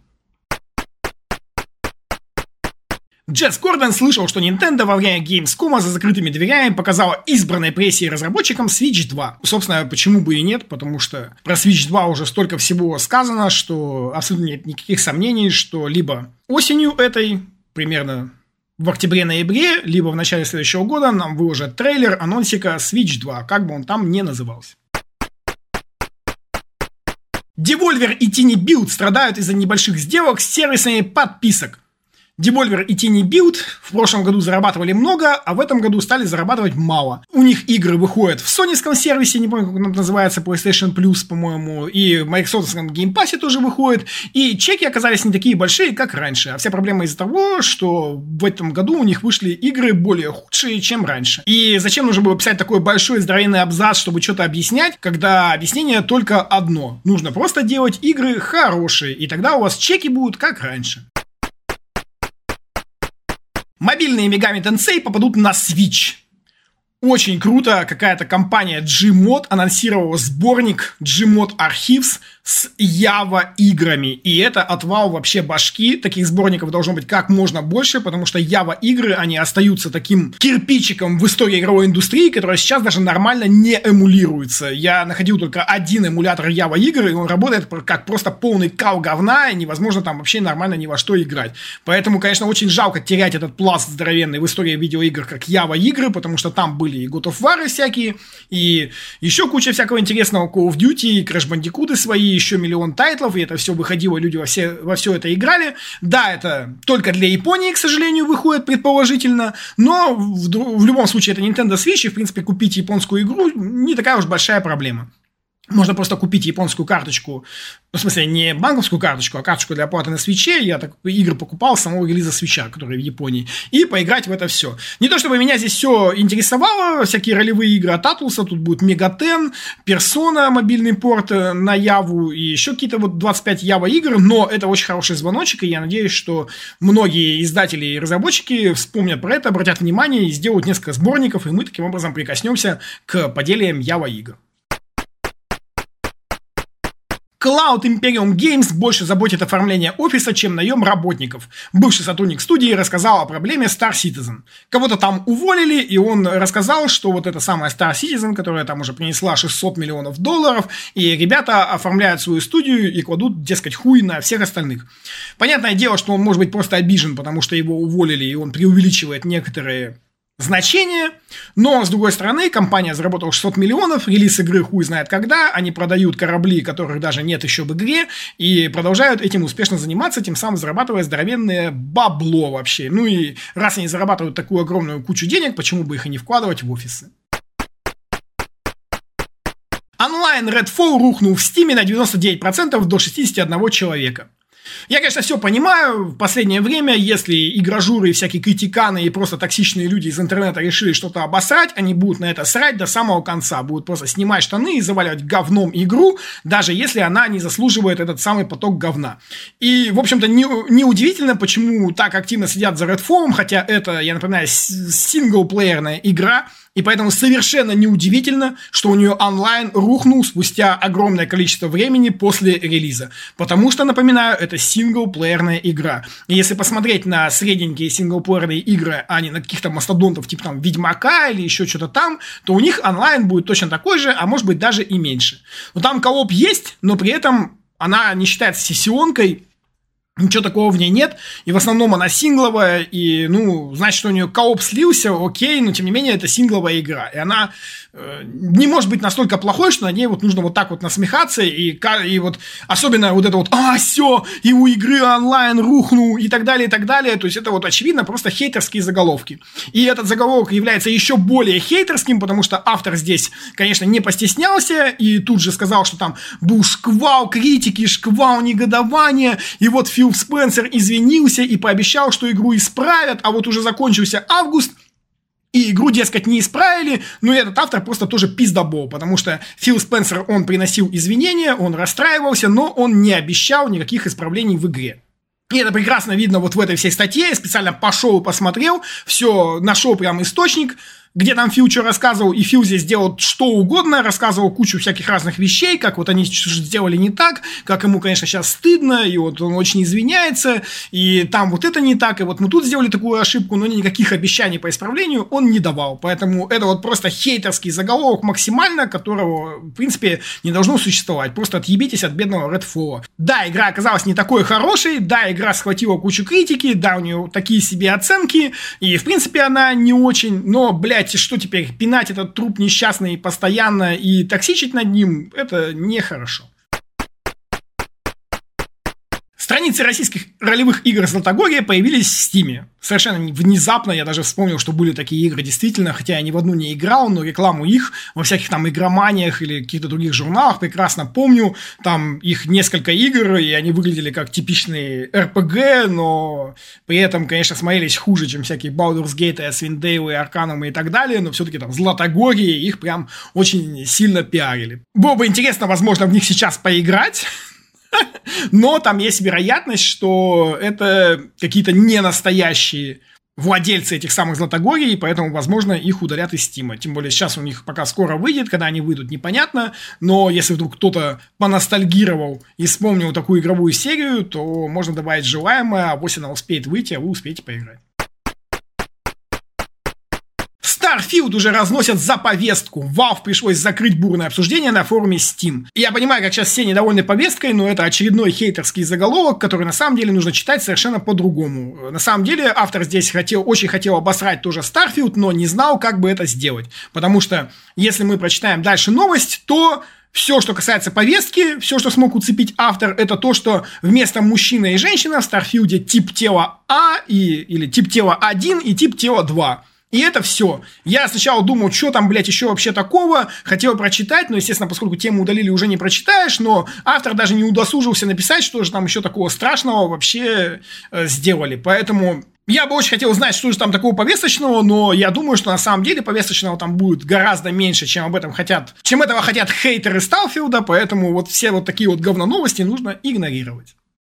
Джесс Гордон слышал, что Nintendo во время Gamescom за закрытыми дверями показала избранной прессе и разработчикам Switch два. Собственно, почему бы и нет, потому что про Switch два уже столько всего сказано, что абсолютно нет никаких сомнений, что либо осенью этой, примерно в октябре-ноябре, либо в начале следующего года нам выложат трейлер анонсика Switch два, как бы он там ни назывался. Devolver и Tiny Build страдают из-за небольших сделок с сервисами подписок. Devolver и Tiny Build в прошлом году зарабатывали много, а в этом году стали зарабатывать мало. У них игры выходят в соневском сервисе, не помню, как он называется, PlayStation Plus, по-моему, и в Microsoftском Game Pass тоже выходит, и чеки оказались не такие большие, как раньше. А вся проблема из-за того, что в этом году у них вышли игры более худшие, чем раньше. И зачем нужно было писать такой большой здоровенный абзац, чтобы что-то объяснять, когда объяснение только одно. Нужно просто делать игры хорошие, и тогда у вас чеки будут как раньше. Мобильные Megami Tensei попадут на Switch. Очень круто, какая-то компания Gmod анонсировала сборник Gmod Archives с Java играми. И это отвал вообще башки. Таких сборников должно быть как можно больше, потому что Java игры, они остаются таким кирпичиком в истории игровой индустрии, которая сейчас даже нормально не эмулируется. Я находил только один эмулятор Java игр, и он работает как просто полный кал говна, и невозможно там вообще нормально ни во что играть. Поэтому, конечно, очень жалко терять этот пласт здоровенный в истории видеоигр, как Java игры, потому что там были и God of War всякие, и еще куча всякого интересного, Call of Duty, и Crash Bandicoot свои, еще миллион тайтлов, и это все выходило, люди во все, во все это играли. Да, это только для Японии, к сожалению, выходит предположительно, но в, в любом случае это Nintendo Switch, и в принципе купить японскую игру не такая уж большая проблема. Можно просто купить японскую карточку, ну, в смысле, не банковскую карточку, а карточку для оплаты на Свитче. Я так игры покупал с самого релиза Свитча, который в Японии, и поиграть в это все. Не то чтобы меня здесь все интересовало, всякие ролевые игры от Atlus, тут будет Мегатен, Persona, мобильный порт на Яву, и еще какие-то вот двадцать пять Java игр, но это очень хороший звоночек, и я надеюсь, что многие издатели и разработчики вспомнят про это, обратят внимание и сделают несколько сборников, и мы таким образом прикоснемся к поделиям Java игр. Cloud Imperium Games больше заботит оформление офиса, чем наем работников. Бывший сотрудник студии рассказал о проблеме Star Citizen. Кого-то там уволили, и он рассказал, что вот эта самая Star Citizen, которая там уже принесла шестьсот миллионов долларов, и ребята оформляют свою студию и кладут, дескать, хуй на всех остальных. Понятное дело, что он может быть просто обижен, потому что его уволили, и он преувеличивает некоторые значение, но, с другой стороны, компания заработала шестьсот миллионов, релиз игры хуй знает когда, они продают корабли, которых даже нет еще в игре, и продолжают этим успешно заниматься, тем самым зарабатывая здоровенное бабло вообще. Ну и раз они зарабатывают такую огромную кучу денег, почему бы их и не вкладывать в офисы? Онлайн Redfall рухнул в Steam на девяносто девять процентов до шестьдесят один человека. Я, конечно, все понимаю, в последнее время, если игражуры, всякие критиканы и просто токсичные люди из интернета решили что-то обосрать, они будут на это срать до самого конца, будут просто снимать штаны и заваливать говном игру, даже если она не заслуживает этот самый поток говна. И, в общем-то, неудивительно, не почему так активно следят за Redfall, хотя это, я напоминаю, синглплеерная игра, и поэтому совершенно неудивительно, что у нее онлайн рухнул спустя огромное количество времени после релиза. Потому что, напоминаю, это синглплеерная игра. И если посмотреть на средненькие синглплеерные игры, а не на каких-то мастодонтов типа там Ведьмака или еще что-то там, то у них онлайн будет точно такой же, а может быть даже и меньше. Но там кооп есть, но при этом она не считается сессионкой, ничего такого в ней нет, и в основном она сингловая, и, ну, значит, что у нее кооп слился, окей, но, тем не менее, это сингловая игра, и она э, не может быть настолько плохой, что на ней вот нужно вот так вот насмехаться, и, и вот, особенно вот это вот, а, все, и у игры онлайн рухнул, и так далее, и так далее, то есть это вот, очевидно, просто хейтерские заголовки. И этот заголовок является еще более хейтерским, потому что автор здесь, конечно, не постеснялся, и тут же сказал, что там был шквал критики, шквал негодования, и вот Фил Спенсер извинился и пообещал, что игру исправят, а вот уже закончился август, и игру, дескать, не исправили, но этот автор просто тоже пиздобол, потому что Фил Спенсер, он приносил извинения, он расстраивался, но он не обещал никаких исправлений в игре. И это прекрасно видно вот в этой всей статье, я специально пошел и посмотрел, все, нашел прям источник, где там Фил что рассказывал, и Фил здесь делал что угодно, рассказывал кучу всяких разных вещей, как вот они сделали не так, как ему, конечно, сейчас стыдно, и вот он очень извиняется, и там вот это не так, и вот мы тут сделали такую ошибку, но никаких обещаний по исправлению он не давал. Поэтому это вот просто хейтерский заголовок максимально, которого, в принципе, не должно существовать. Просто отъебитесь от бедного Redfall. Да, игра оказалась не такой хорошей, да, игра схватила кучу критики, да, у нее такие себе оценки, и, в принципе, она не очень, но, блядь, что теперь, пинать этот труп несчастный постоянно и токсичить над ним, это нехорошо. Страницы российских ролевых игр Златогорья появились в Стиме. Совершенно внезапно я даже вспомнил, что были такие игры действительно, хотя я ни в одну не играл, но рекламу их во всяких там игроманиях или каких-то других журналах прекрасно помню. Там их несколько игр, и они выглядели как типичные эр пи джи, но при этом, конечно, смотрелись хуже, чем всякие Baldur's Gate, Icewind Dale, Arcanum и так далее, но все-таки там Златогорье, их прям очень сильно пиарили. Было бы интересно, возможно, в них сейчас поиграть. Но там есть вероятность, что это какие-то ненастоящие владельцы этих самых Златогорий, и поэтому, возможно, их удалят из Стима. Тем более сейчас у них пока скоро выйдет, когда они выйдут, непонятно. Но если вдруг кто-то поностальгировал и вспомнил такую игровую серию, то можно добавить желаемое, а вовсе она успеет выйти, а вы успеете поиграть. Starfield уже разносят за повестку. Valve пришлось закрыть бурное обсуждение на форуме Steam. Я понимаю, как сейчас все недовольны повесткой, но это очередной хейтерский заголовок, который на самом деле нужно читать совершенно по-другому. На самом деле автор здесь хотел, очень хотел обосрать тоже Starfield, но не знал, как бы это сделать. Потому что если мы прочитаем дальше новость, то все, что касается повестки, все, что смог уцепить автор, это то, что вместо мужчины и женщины в Starfield тип тела А и, или тип тела один и тип тела два. И это все. Я сначала думал, что там, блядь, еще вообще такого. Хотел прочитать, но, естественно, поскольку тему удалили, уже не прочитаешь. Но автор даже не удосужился написать, что же там еще такого страшного вообще э, сделали. Поэтому я бы очень хотел узнать, что же там такого повесточного, но я думаю, что на самом деле повесточного там будет гораздо меньше, чем об этом хотят, чем этого хотят хейтеры Старфилда. Поэтому вот все вот такие вот говноновости нужно игнорировать.